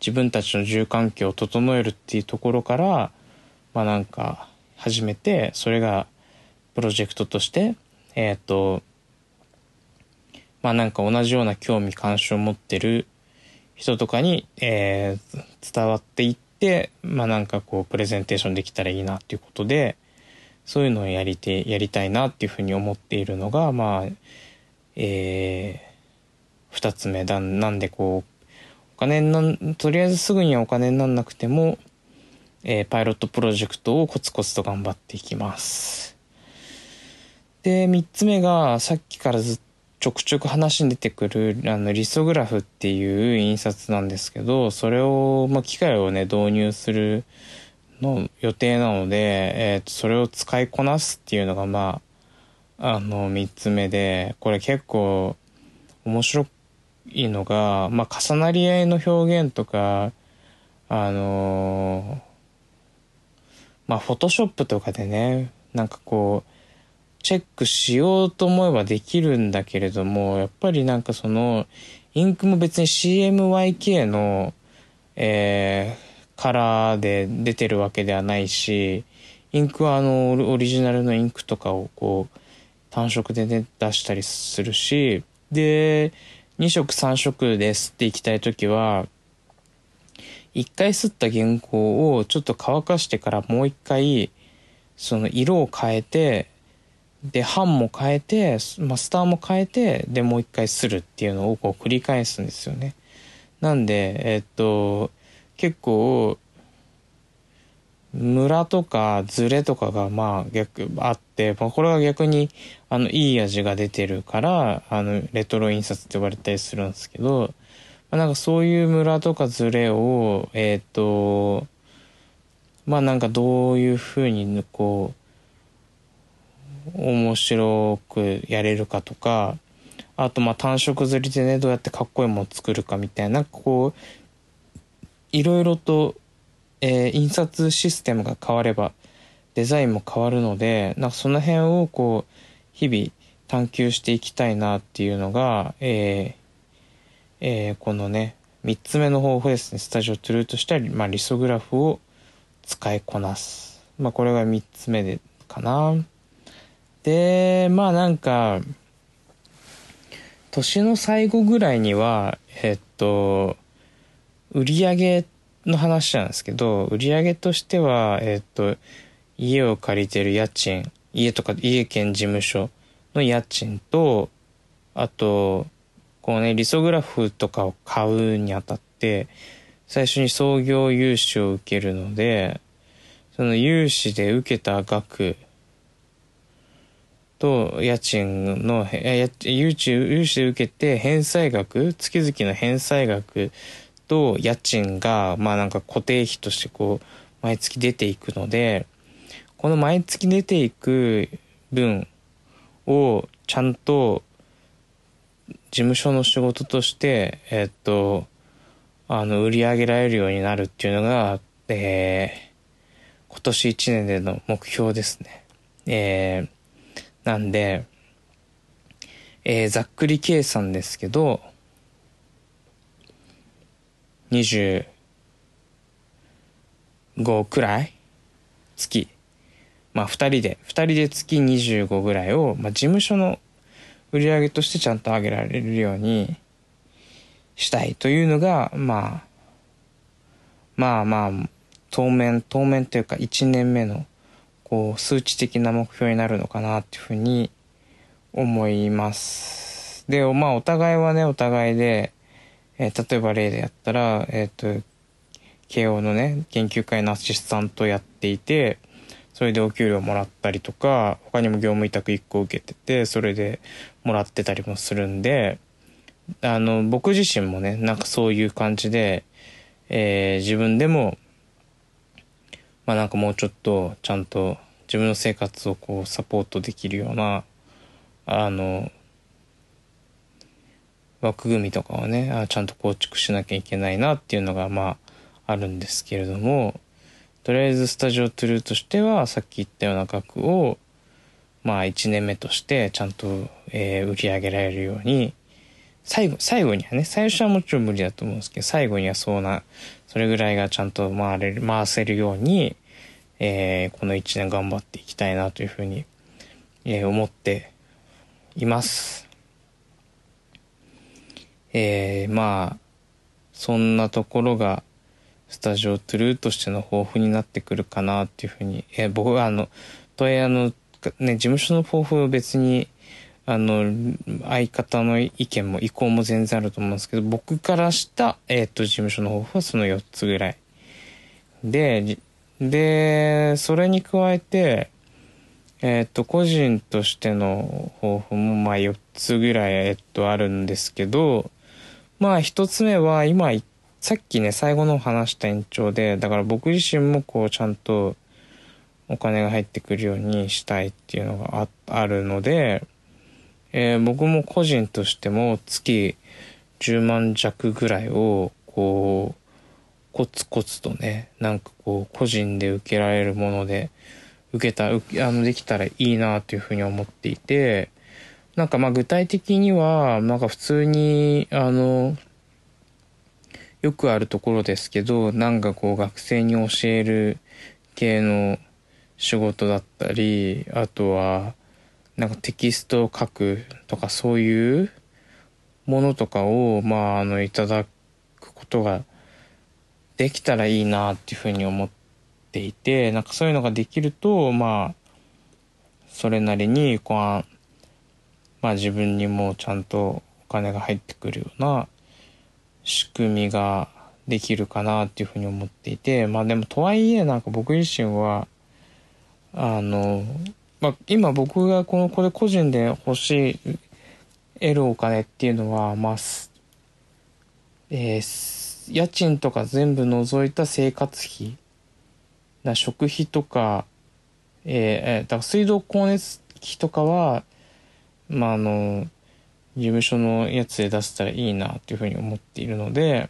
自分たちの住環境を整えるっていうところから、まあなんか始めて、それがプロジェクトとして、えっと、まあなんか同じような興味関心を持ってる人とかに、えー、伝わっていって、まあなんかこうプレゼンテーションできたらいいなっていうことで、そういうのをやりて、やりたいなっていうふうに思っているのが、まあ、えー、二つ目だ。なんでこう、お金なん、とりあえずすぐにはお金になんなくても、えー、パイロットプロジェクトをコツコツと頑張っていきます。で、三つ目が、さっきからずっとちょくちょく話に出てくる、あの、リソグラフっていう印刷なんですけど、それを、まあ、機械をね、導入するの予定なので、えっと、それを使いこなすっていうのが、まあ、あの、三つ目で、これ結構面白いのが、まあ、重なり合いの表現とか、あのーまあ、フォトショップとかでね、なんかこう、チェックしようと思えばできるんだけれども、やっぱりなんかその、インクも別に シーエムワイケー の、えー、カラーで出てるわけではないし、インクはあの、オリジナルのインクとかをこう、単色でね、出したりするし、で、に色さん色で吸っていきたいときは、一回吸った原稿をちょっと乾かしてからもう一回、その色を変えて、で、版も変えて、マスターも変えて、で、もう一回するっていうのをこう繰り返すんですよね。なんで、えっと、結構、ムラとかズレとかがまあ逆あって、まあ、これは逆にあのいい味が出てるから、あのレトロ印刷って呼ばれたりするんですけど、まあ、なんかそういうムラとかズレを、えっと、まあなんかどういうふうにこう、面白くやれるかとか、あとまあ単色刷りでね、どうやってかっこいいものを作るかみたいな、こう、いろいろと、えー印刷システムが変わればデザインも変わるので、なんかその辺をこう、日々探求していきたいなっていうのが、えーえーこのね、三つ目の方法ですね。スタジオトゥルーとしては、まあリソグラフを使いこなす。まあこれが三つ目でかな。で、まあなんか、年の最後ぐらいには、えっと、売り上げの話なんですけど、売り上げとしては、えっと、家を借りてる家賃、家とか家兼事務所の家賃と、あと、こうね、リソグラフとかを買うにあたって、最初に創業融資を受けるので、その融資で受けた額と家賃の、え融資融資で受けて返済額、月々の返済額と家賃が、まあなんか固定費としてこう、毎月出ていくので、この毎月出ていく分をちゃんと事務所の仕事として、えっと、あの、売り上げられるようになるっていうのが、えー、今年いちねんでの目標ですね。えー、なんで、えー、ざっくり計算ですけど、にじゅうごくらい月。まあ、二人で、二人で月にじゅうごぐらいを、まあ、事務所の売り上げとしてちゃんと上げられるようにしたいというのが、まあ、まあまあ、当面、当面というかいちねんめの、こう、数値的な目標になるのかなっていうふうに思います。で、まあ、お互いはね、お互いで、えー例えば例でやったら、えっと、慶応のね、研究会のアシスタントやっていて、それでお給料もらったりとか、他にも業務委託いっこ受けてて、それでもらってたりもするんで、あの、僕自身もね、なんかそういう感じで、えー自分でも、まあなんかもうちょっとちゃんと自分の生活をこうサポートできるような、あの、枠組みとかをね、あちゃんと構築しなきゃいけないなっていうのがまああるんですけれども、とりあえずスタジオトゥルーとしてはさっき言ったような額をまあいちねんめとしてちゃんと、えー売り上げられるように最後、最後にはね、最初はもちろん無理だと思うんですけど、最後にはそうな、それぐらいがちゃんと回れる、回せるように、えー、この一年頑張っていきたいなというふうに、えー、思っています。えー、まあ、そんなところが、スタジオトゥルーとしての抱負になってくるかなっていうふうに、えー、僕はあの、とはいえあの、ね、事務所の抱負は別に、あの、相方の意見も意向も全然あると思うんですけど、僕からした、えっと、事務所の抱負はそのよっつぐらい。で、で、それに加えて、えっと、個人としての抱負も、まあよっつぐらい、えっと、あるんですけど、まあひとつめは、今、さっきね、最後の話した延長で、だから僕自身もこう、ちゃんとお金が入ってくるようにしたいっていうのが あ, あるので、えー、僕も個人としても月じゅうまん弱ぐらいをこうコツコツとね、なんかこう個人で受けられるもので受けた受けあのできたらいいなというふうに思っていて、なんかまあ具体的にはなんか普通にあのよくあるところですけど、なんかこう学生に教える系の仕事だったり、あとはなんかテキストを書くとかそういうものとかを、まあ、あの、いただくことができたらいいなっていうふうに思っていて、なんかそういうのができると、まあ、それなりに、こう、まあ自分にもちゃんとお金が入ってくるような仕組みができるかなっていうふうに思っていて、まあでもとはいえなんか僕自身は、あの、まあ今僕がこの、これ個人で欲しい、得るお金っていうのは、まあ、えー、家賃とか全部除いた生活費、だ食費とか、えーえーだから水道光熱費とかは、まあ、あの、事務所のやつで出せたらいいなっていうふうに思っているので、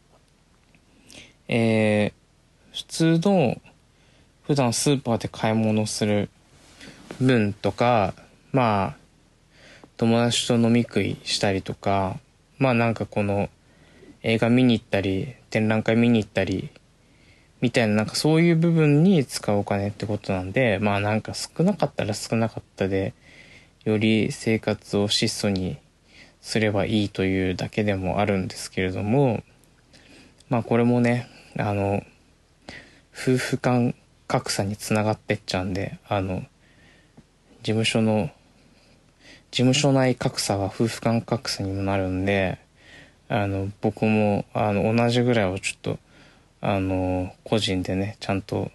えー、普通の、普段スーパーで買い物する分とか、まあ、友達と飲み食いしたりとか、まあなんかこの、映画見に行ったり、展覧会見に行ったり、みたいななんかそういう部分に使うお金ってことなんで、まあなんか少なかったら少なかったで、より生活を質素にすればいいというだけでもあるんですけれども、まあこれもね、あの、夫婦間格差につながってっちゃうんで、あの、事務所の、事務所内格差は夫婦間格差にもなるんで、あの、僕も、あの、同じぐらいをちょっと、あの、個人でね、ちゃんと、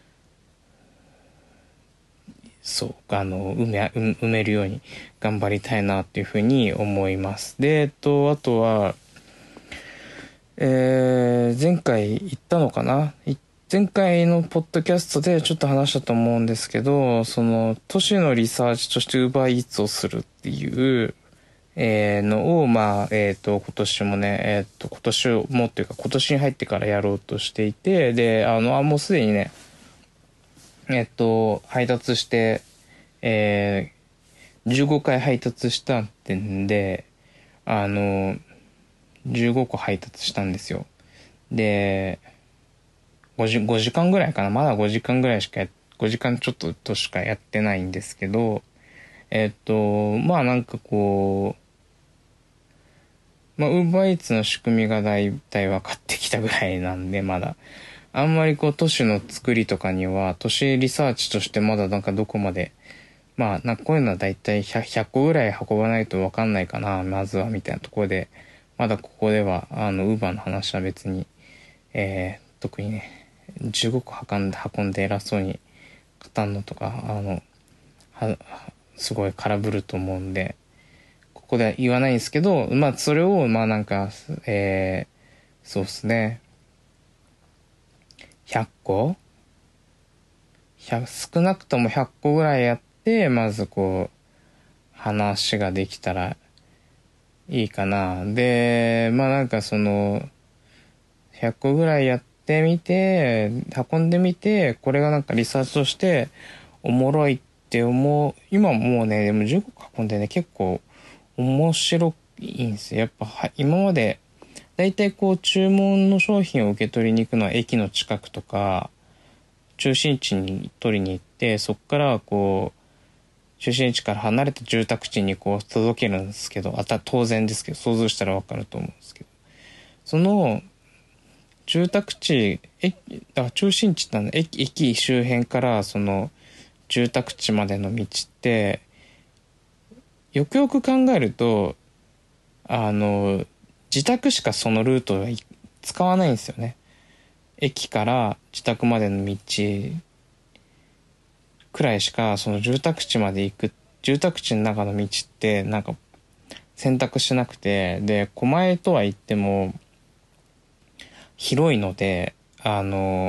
そう、あの、埋め、埋めるように頑張りたいなっていうふうに思います。で、えっと、あとは、えー、前回言ったのかな前回のポッドキャストでちょっと話したと思うんですけど、その、都市のリサーチとして Uber Eats をするっていう、えー、のを、まあ、えっと、今年もね、えっと、今年もっていうか、今年に入ってからやろうとしていて、で、あの、あ、もうすでにね、えっと、配達して、えー、じゅうごかい配達したってんで、あの、じゅうごこ配達したんですよ。で、ごじ、ごじかんぐらいかな。まだごじかんぐらいしかや、ごじかんちょっととしかやってないんですけど、えっと、まあなんかこう、まあ、ウーバーイーツの仕組みがだいたい分かってきたぐらいなんで、まだ。あんまりこう、都市の作りとかには、都市リサーチとしてまだなんかどこまで、まあ、なんかこういうのはだいたいひゃく、ひゃっこぐらい運ばないと分かんないかな、まずは、みたいなところで、まだここでは、あの、ウーバーの話は別に、えー、特にね、じゅうごこ運んで、運んで偉そうに語んのとか、あの、は、すごい空振ると思うんで、ここでは言わないんですけど、まあ、それを、まあなんか、えー、そうですね、ひゃっこ少なくともひゃっこぐらいやって、まずこう、話ができたらいいかな。で、まあなんかその、ひゃっこぐらいやってみて、運んでみて、これがなんかリサーチとしておもろいって思う。今もうね、でもじゅうごこ運んでね、結構面白いいんですよ。やっぱは今までだいたいこう注文の商品を受け取りに行くのは駅の近くとか中心地に取りに行って、そこからこう中心地から離れた住宅地にこう届けるんですけど、あた当然ですけど、想像したらわかると思うんですけど、その住宅地、駅だから中心地ってのは駅駅周辺からその住宅地までの道ってよくよく考えると、あの自宅しかそのルートは使わないんですよね。駅から自宅までの道くらいしかその住宅地まで行く、住宅地の中の道ってなんか選択しなくて、で狛江とは言っても広いので、あの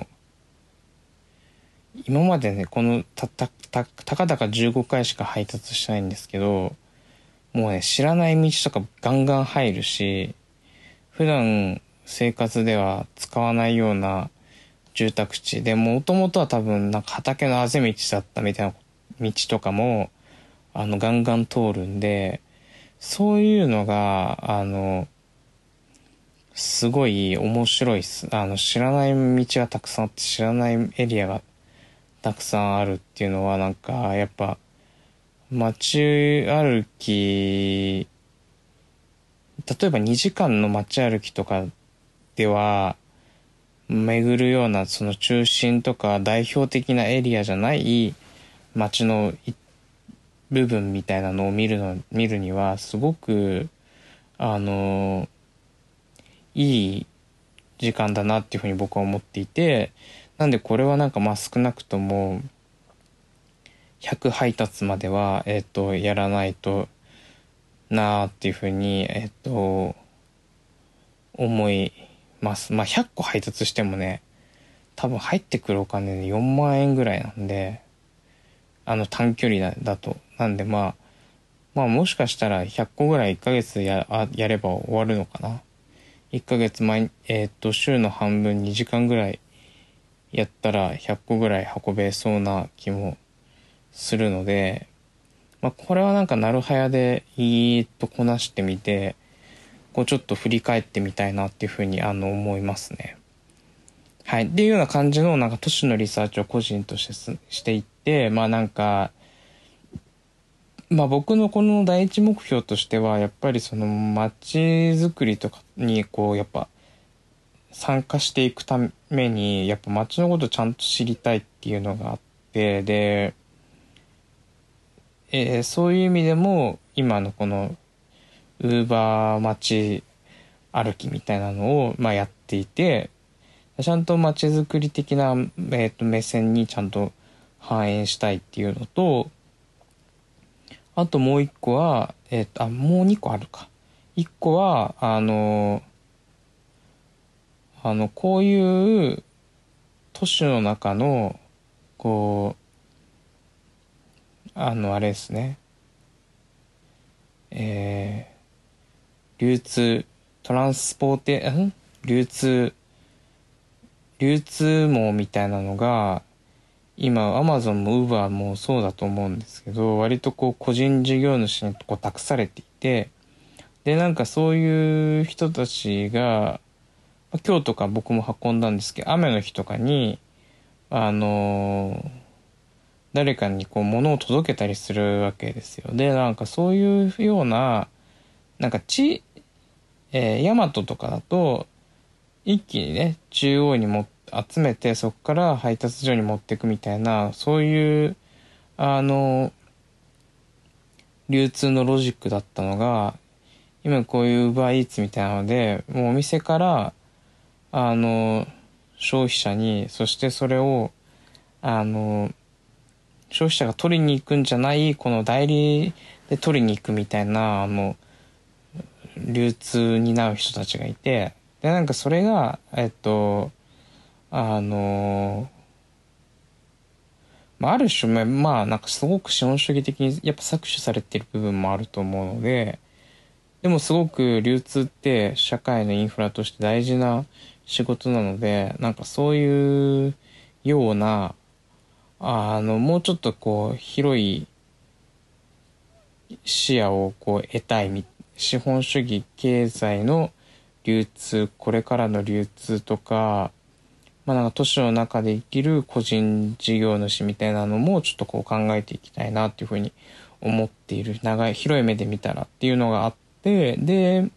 今までねこのたたたたかだかじゅうごかいしか配達してないんですけど、もうね知らない道とかガンガン入るし、普段生活では使わないような住宅地で、もともとは多分なんか畑のあぜ道だったみたいな道とかもあのガンガン通るんで、そういうのがあのすごい面白いっす。あの知らない道がたくさんあって、知らないエリアがたくさんあるっていうのはなんかやっぱ街歩き、例えばにじかんの街歩きとかでは巡るようなその中心とか代表的なエリアじゃない街の部分みたいなのを見るの見るにはすごくあのいい時間だなっていうふうに僕は思っていて、なんでこれはなんかまあ少なくともひゃく配達まではえっとやらないとなーっていうふうにえっと思います。まあひゃっこ配達してもね、多分入ってくるお金でよんまん円ぐらいなんで、あの短距離だ、だと。なんでまあ、まあもしかしたらひゃっこぐらいいっかげつや、あやれば終わるのかな。いっかげつ毎、えーっと、週の半分にじかんぐらいやったらひゃっこぐらい運べそうな気もするので、まあこれはなんかなるはやでいいとこなしてみて、こうちょっと振り返ってみたいなっていうふうにあの思いますね。はい。っていうような感じのなんか都市のリサーチを個人としてすしていって、まあなんか、まあ僕のこの第一目標としては、やっぱりその街づくりとかにこうやっぱ参加していくために、やっぱ街のことちゃんと知りたいっていうのがあって、で、えーそういう意味でも今のこのウーバー街歩きみたいなのをまあやっていて、ちゃんと街づくり的な、えーと目線にちゃんと反映したいっていうのと、あともう一個は、えっと、あ、もう二個あるか。一個は、あの、あの、こういう都市の中の、こう、あの、あれですね。えー、流通、トランスポーテ、ん流通、流通網みたいなのが、今、アマゾンもウーバーもそうだと思うんですけど、割とこう、個人事業主にこう託されていて、で、なんかそういう人たちが、今日とか僕も運んだんですけど、雨の日とかに、あのー誰かにこう物を届けたりするわけですよ。で、なんかそういうような、なんか地、えー、ヤマトとかだと、一気にね、中央にも集めて、そこから配達所に持っていくみたいな、そういう、あの、流通のロジックだったのが、今こういう Uber Eats みたいなので、もうお店から、あの、消費者に、そしてそれを、あの、消費者が取りに行くんじゃない、この代理で取りに行くみたいな、あの、流通になる人たちがいて、で、なんかそれが、えっと、あの、まあ、ある種、まあ、なんかすごく資本主義的にやっぱ搾取されている部分もあると思うので、でもすごく流通って社会のインフラとして大事な仕事なので、なんかそういうような、あの、もうちょっとこう、広い視野をこう得たいみ、 資本主義経済の流通、これからの流通とか、まあなんか都市の中で生きる個人事業主みたいなのもちょっとこう考えていきたいなっていうふうに思っている。長い、広い目で見たらっていうのがあって、で、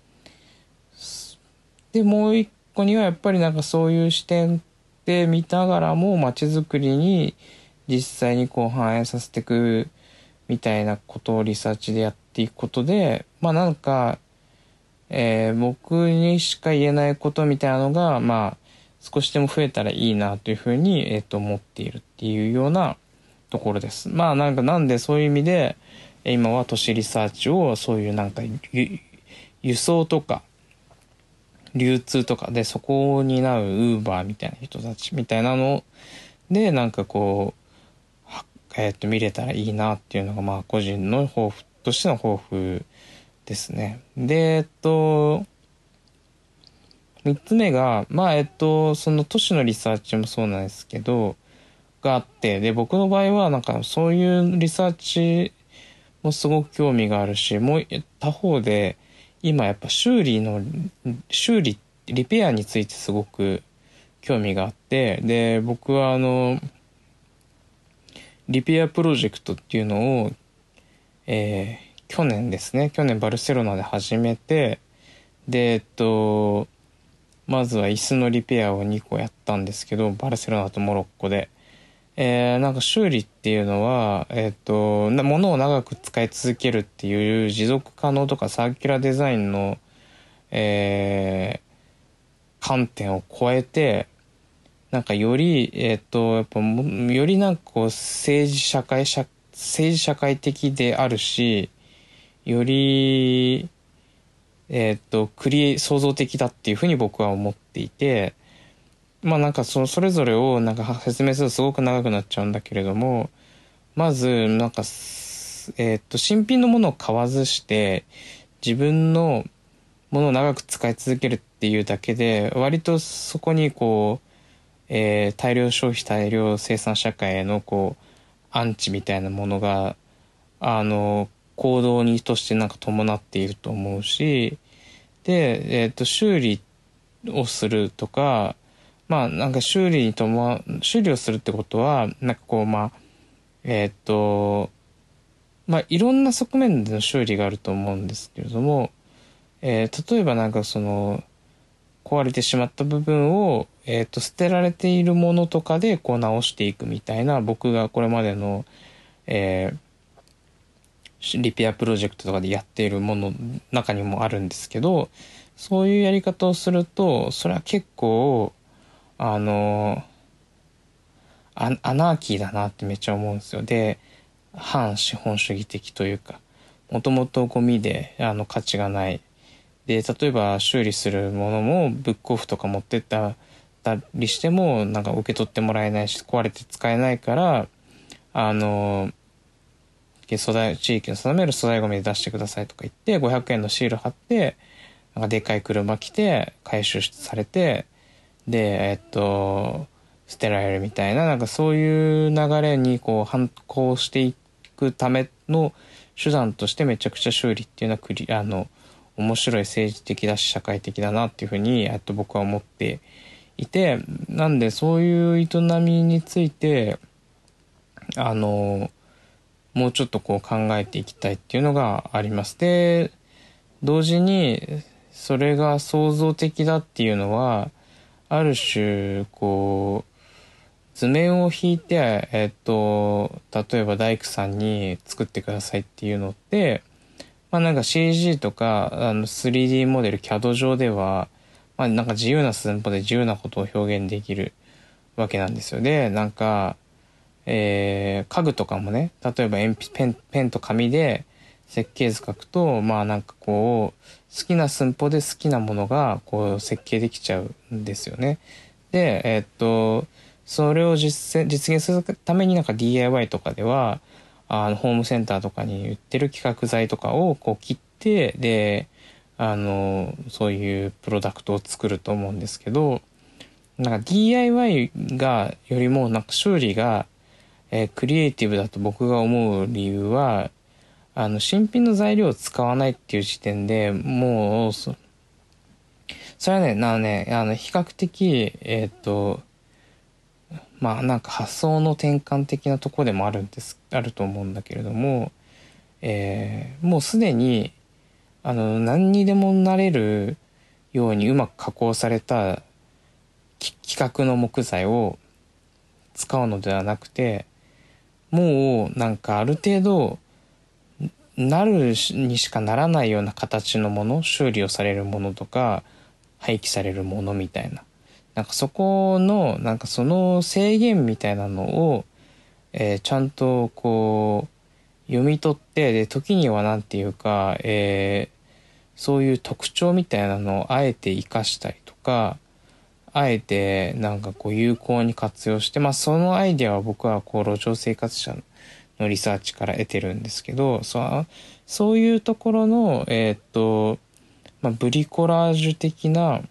で、もう一個にはやっぱりなんかそういう視点で見ながらも街づくりに実際にこう反映させていくみたいなことをリサーチでやっていくことで、まあなんか、えー、僕にしか言えないことみたいなのが、まあ少しでも増えたらいいなというふうに、えっと、思っているっていうようなところです。まあなんかなんでそういう意味で、今は都市リサーチをそういうなんか輸送とか、流通とかでそこを担うウーバーみたいな人たちみたいなのでなんかこう、えー、っと見れたらいいなっていうのがまあ個人の抱負としての抱負ですね。でえっとみっつめがまあえっとその都市のリサーチもそうなんですけどがあって、で僕の場合はなんかそういうリサーチもすごく興味があるし、もう他方で今やっぱ修理の修理リペアについてすごく興味があって、で僕はあのリペアプロジェクトっていうのを、えー、去年ですね去年バルセロナで始めて、でえっとまずは椅子のリペアをにこやったんですけど、バルセロナとモロッコで。えー、なんか修理っていうのは、えっと、な物を長く使い続けるっていう持続可能とかサーキュラーデザインの、えー、観点を超えて、なんかより、えっと、やっぱよりなんかこう政治社会社、政治社会的であるし、より、えっと、クリエ、創造的だっていうふうに僕は思っていて、まあなんかそのそれぞれをなんか説明するとすごく長くなっちゃうんだけれども、まずなんかえっと新品のものを買わずして自分のものを長く使い続けるっていうだけで割とそこにこう、えー、大量消費大量生産社会へのこうアンチみたいなものがあの行動にとしてなんか伴っていると思うし、で、えっと修理をするとか、まあなんか修理にとも修理をするってことはなんかこうまあえーっとまあいろんな側面での修理があると思うんですけれども、えー、例えばなんかその壊れてしまった部分を、えーっと捨てられているものとかでこう直していくみたいな僕がこれまでの、えー、リペアプロジェクトとかでやっているもの中にもあるんですけど、そういうやり方をするとそれは結構あのアアナーキーだなってめっちゃ思うんですよ。で反資本主義的というか、もともとゴミであの価値がない。で例えば修理するものもブックオフとか持ってったりしてもなんか受け取ってもらえないし壊れて使えないから、あの素材地域の定める粗大ゴミで出してくださいとか言ってごひゃくえんのシール貼って、なんかでかい車来て回収されて、でえっと捨てられるみたいな、なんかそういう流れにこう反抗していくための手段としてめちゃくちゃ修理っていうのはクリあの面白い政治的だし社会的だなっていうふうにえっと僕は思っていて、なんでそういう営みについてあのもうちょっとこう考えていきたいっていうのがあります。で同時にそれが創造的だっていうのはある種こう図面を引いて、えっと、例えば大工さんに作ってくださいっていうのって、まあなんか シージー とかあの スリーディー モデル キャド 上では、まあなんか自由な寸法で自由なことを表現できるわけなんですよ。で、なんか、えー、家具とかもね、例えば鉛筆、ペン、ペンと紙で設計図書くと、まあなんかこう、好きな寸法で好きなものがこう設計できちゃうんですよね。で、えーっと、それを実践、実現するためになんか ディーアイワイ とかでは、あの、ホームセンターとかに売ってる規格材とかをこう切って、で、あの、そういうプロダクトを作ると思うんですけど、なんか ディーアイワイ がよりもなんか修理が、えークリエイティブだと僕が思う理由は、 あの新品の材料を使わないっていう時点でもうそそれはねなねあの比較的えっとまあなんか発想の転換的なところでもあるんですあると思うんだけれども、えーもうすでにあの何にでもなれるようにうまく加工されたき規格の木材を使うのではなくて、もうなんかある程度なるにしかならないような形のもの、修理をされるものとか廃棄されるものみたいな、なんかそこのなんかその制限みたいなのを、えーちゃんとこう読み取って、で時にはなんていうか、えーそういう特徴みたいなのをあえて活かしたりとか、あえてなんかこう有効に活用して、まあそのアイデアは僕はこう路上生活者のリサーチから得てるんですけど、そそういうところの、えーっと、まあ、ブリコラージュ的な、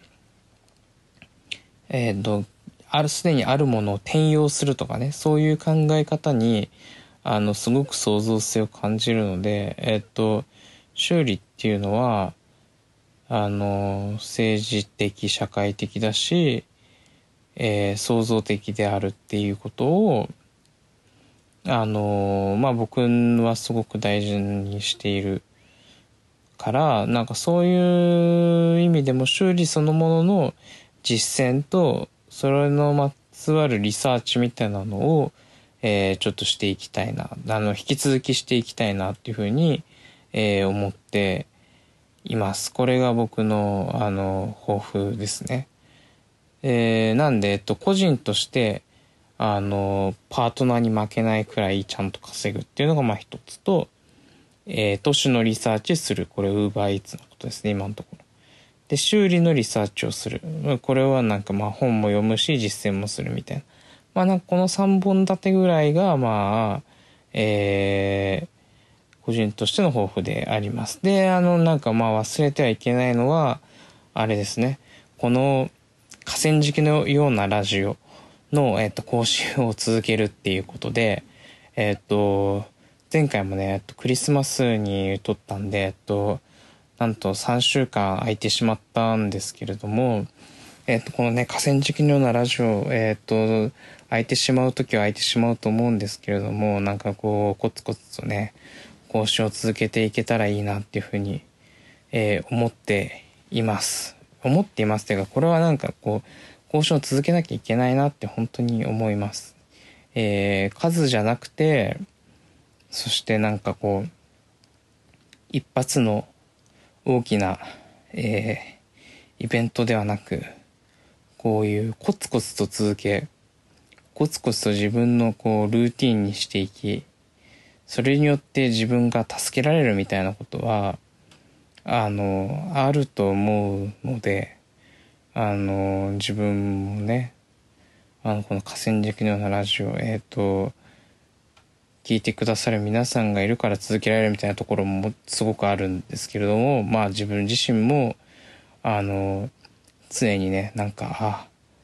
えーっと、ある、すでにあるものを転用するとかね、そういう考え方に、あの、すごく創造性を感じるので、えーっと、修理っていうのは、あの、政治的、社会的だし、えー創造的であるっていうことを、あの、まあ、僕はすごく大事にしているから、なんかそういう意味でも修理そのものの実践と、それのまつわるリサーチみたいなのを、えーちょっとしていきたいな、あの、引き続きしていきたいなっていうふうに、えー思っています。これが僕の、あの、抱負ですね。えーなんで、えっと、個人として、あの、パートナーに負けないくらいちゃんと稼ぐっていうのがまあ一つと、えー、都市のリサーチする。これ、ウーバーイーツのことですね、今のところ。で、修理のリサーチをする。これはなんかまあ本も読むし、実践もするみたいな。まあなんかこのさんぼん立てぐらいが、まあ、えー、個人としての抱負であります。で、あの、なんかまあ忘れてはいけないのは、あれですね。この河川敷のようなラジオの、えっと、講習を続けるっていうことで、えっと、前回もね、えっと、クリスマスに撮ったんで、えっと、なんとさんしゅうかん空いてしまったんですけれども、えっと、このね、河川敷のようなラジオ、えっと、空いてしまうときは空いてしまうと思うんですけれども、なんかこう、コツコツとね、講習を続けていけたらいいなっていうふうに、えー思っています。思っていますというか、これはなんかこう、交渉を続けなきゃいけないなって本当に思います。えー数じゃなくて、そしてなんかこう、一発の大きな、えーイベントではなく、こういうコツコツと続け、コツコツと自分のこうルーティンにしていき、それによって自分が助けられるみたいなことは、あの、あると思うので、あの、自分もね、あの、この河川敷のようなラジオ、えっと、聞いてくださる皆さんがいるから続けられるみたいなところもすごくあるんですけれども、まあ自分自身も、あの、常にね、なんか、あ、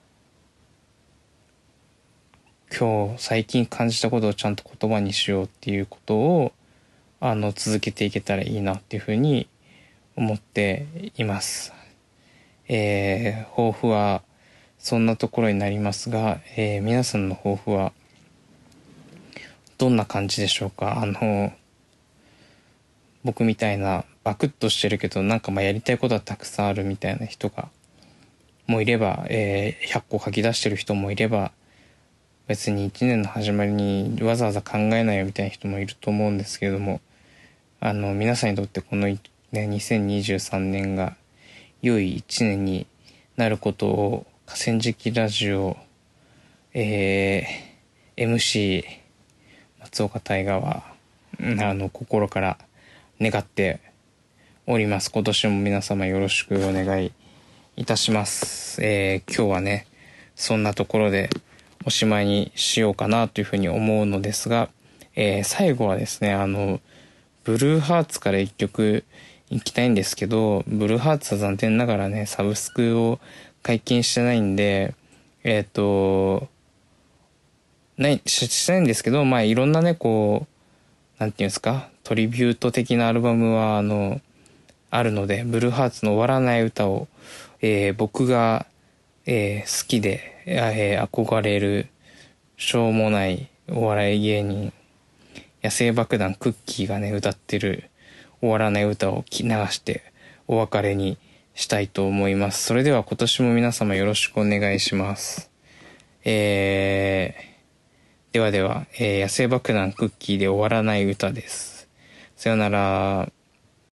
今日最近感じたことをちゃんと言葉にしようっていうことを、あの、続けていけたらいいなっていうふうに思っています。えー、抱負はそんなところになりますが、えー皆さんの抱負はどんな感じでしょうか。あの、僕みたいなバクッとしてるけどなんかまあやりたいことはたくさんあるみたいな人がもいれば、えーひゃっこ書き出してる人もいれば、別にいちねんの始まりにわざわざ考えないよみたいな人もいると思うんですけれども、あの皆さんにとってこの、ね、にせんにじゅうさんねんが良いいちねんになることを河川敷ラジオ、えー、エムシー 松岡大河はあの心から願っております。今年も皆様よろしくお願いいたします。えー、今日はね、そんなところでおしまいにしようかなというふうに思うのですが、えー、最後はですね、あの、ブルーハーツから一曲行きたいんですけど、ブルーハーツは残念ながらね、サブスクを解禁してないんで、えっと、ない、し、してないんですけど、まあいろんなね、こう、 なんていうんですか、トリビュート的なアルバムは、あの、あるので、ブルーハーツの終わらない歌を、えー僕が、えー好きで、えー憧れる、しょうもないお笑い芸人、野生爆弾クッキーがね、歌ってる終わらない歌を流してお別れにしたいと思います。それでは今年も皆様よろしくお願いします。えー、ではでは、えー野生爆弾クッキーで終わらない歌です。さよなら。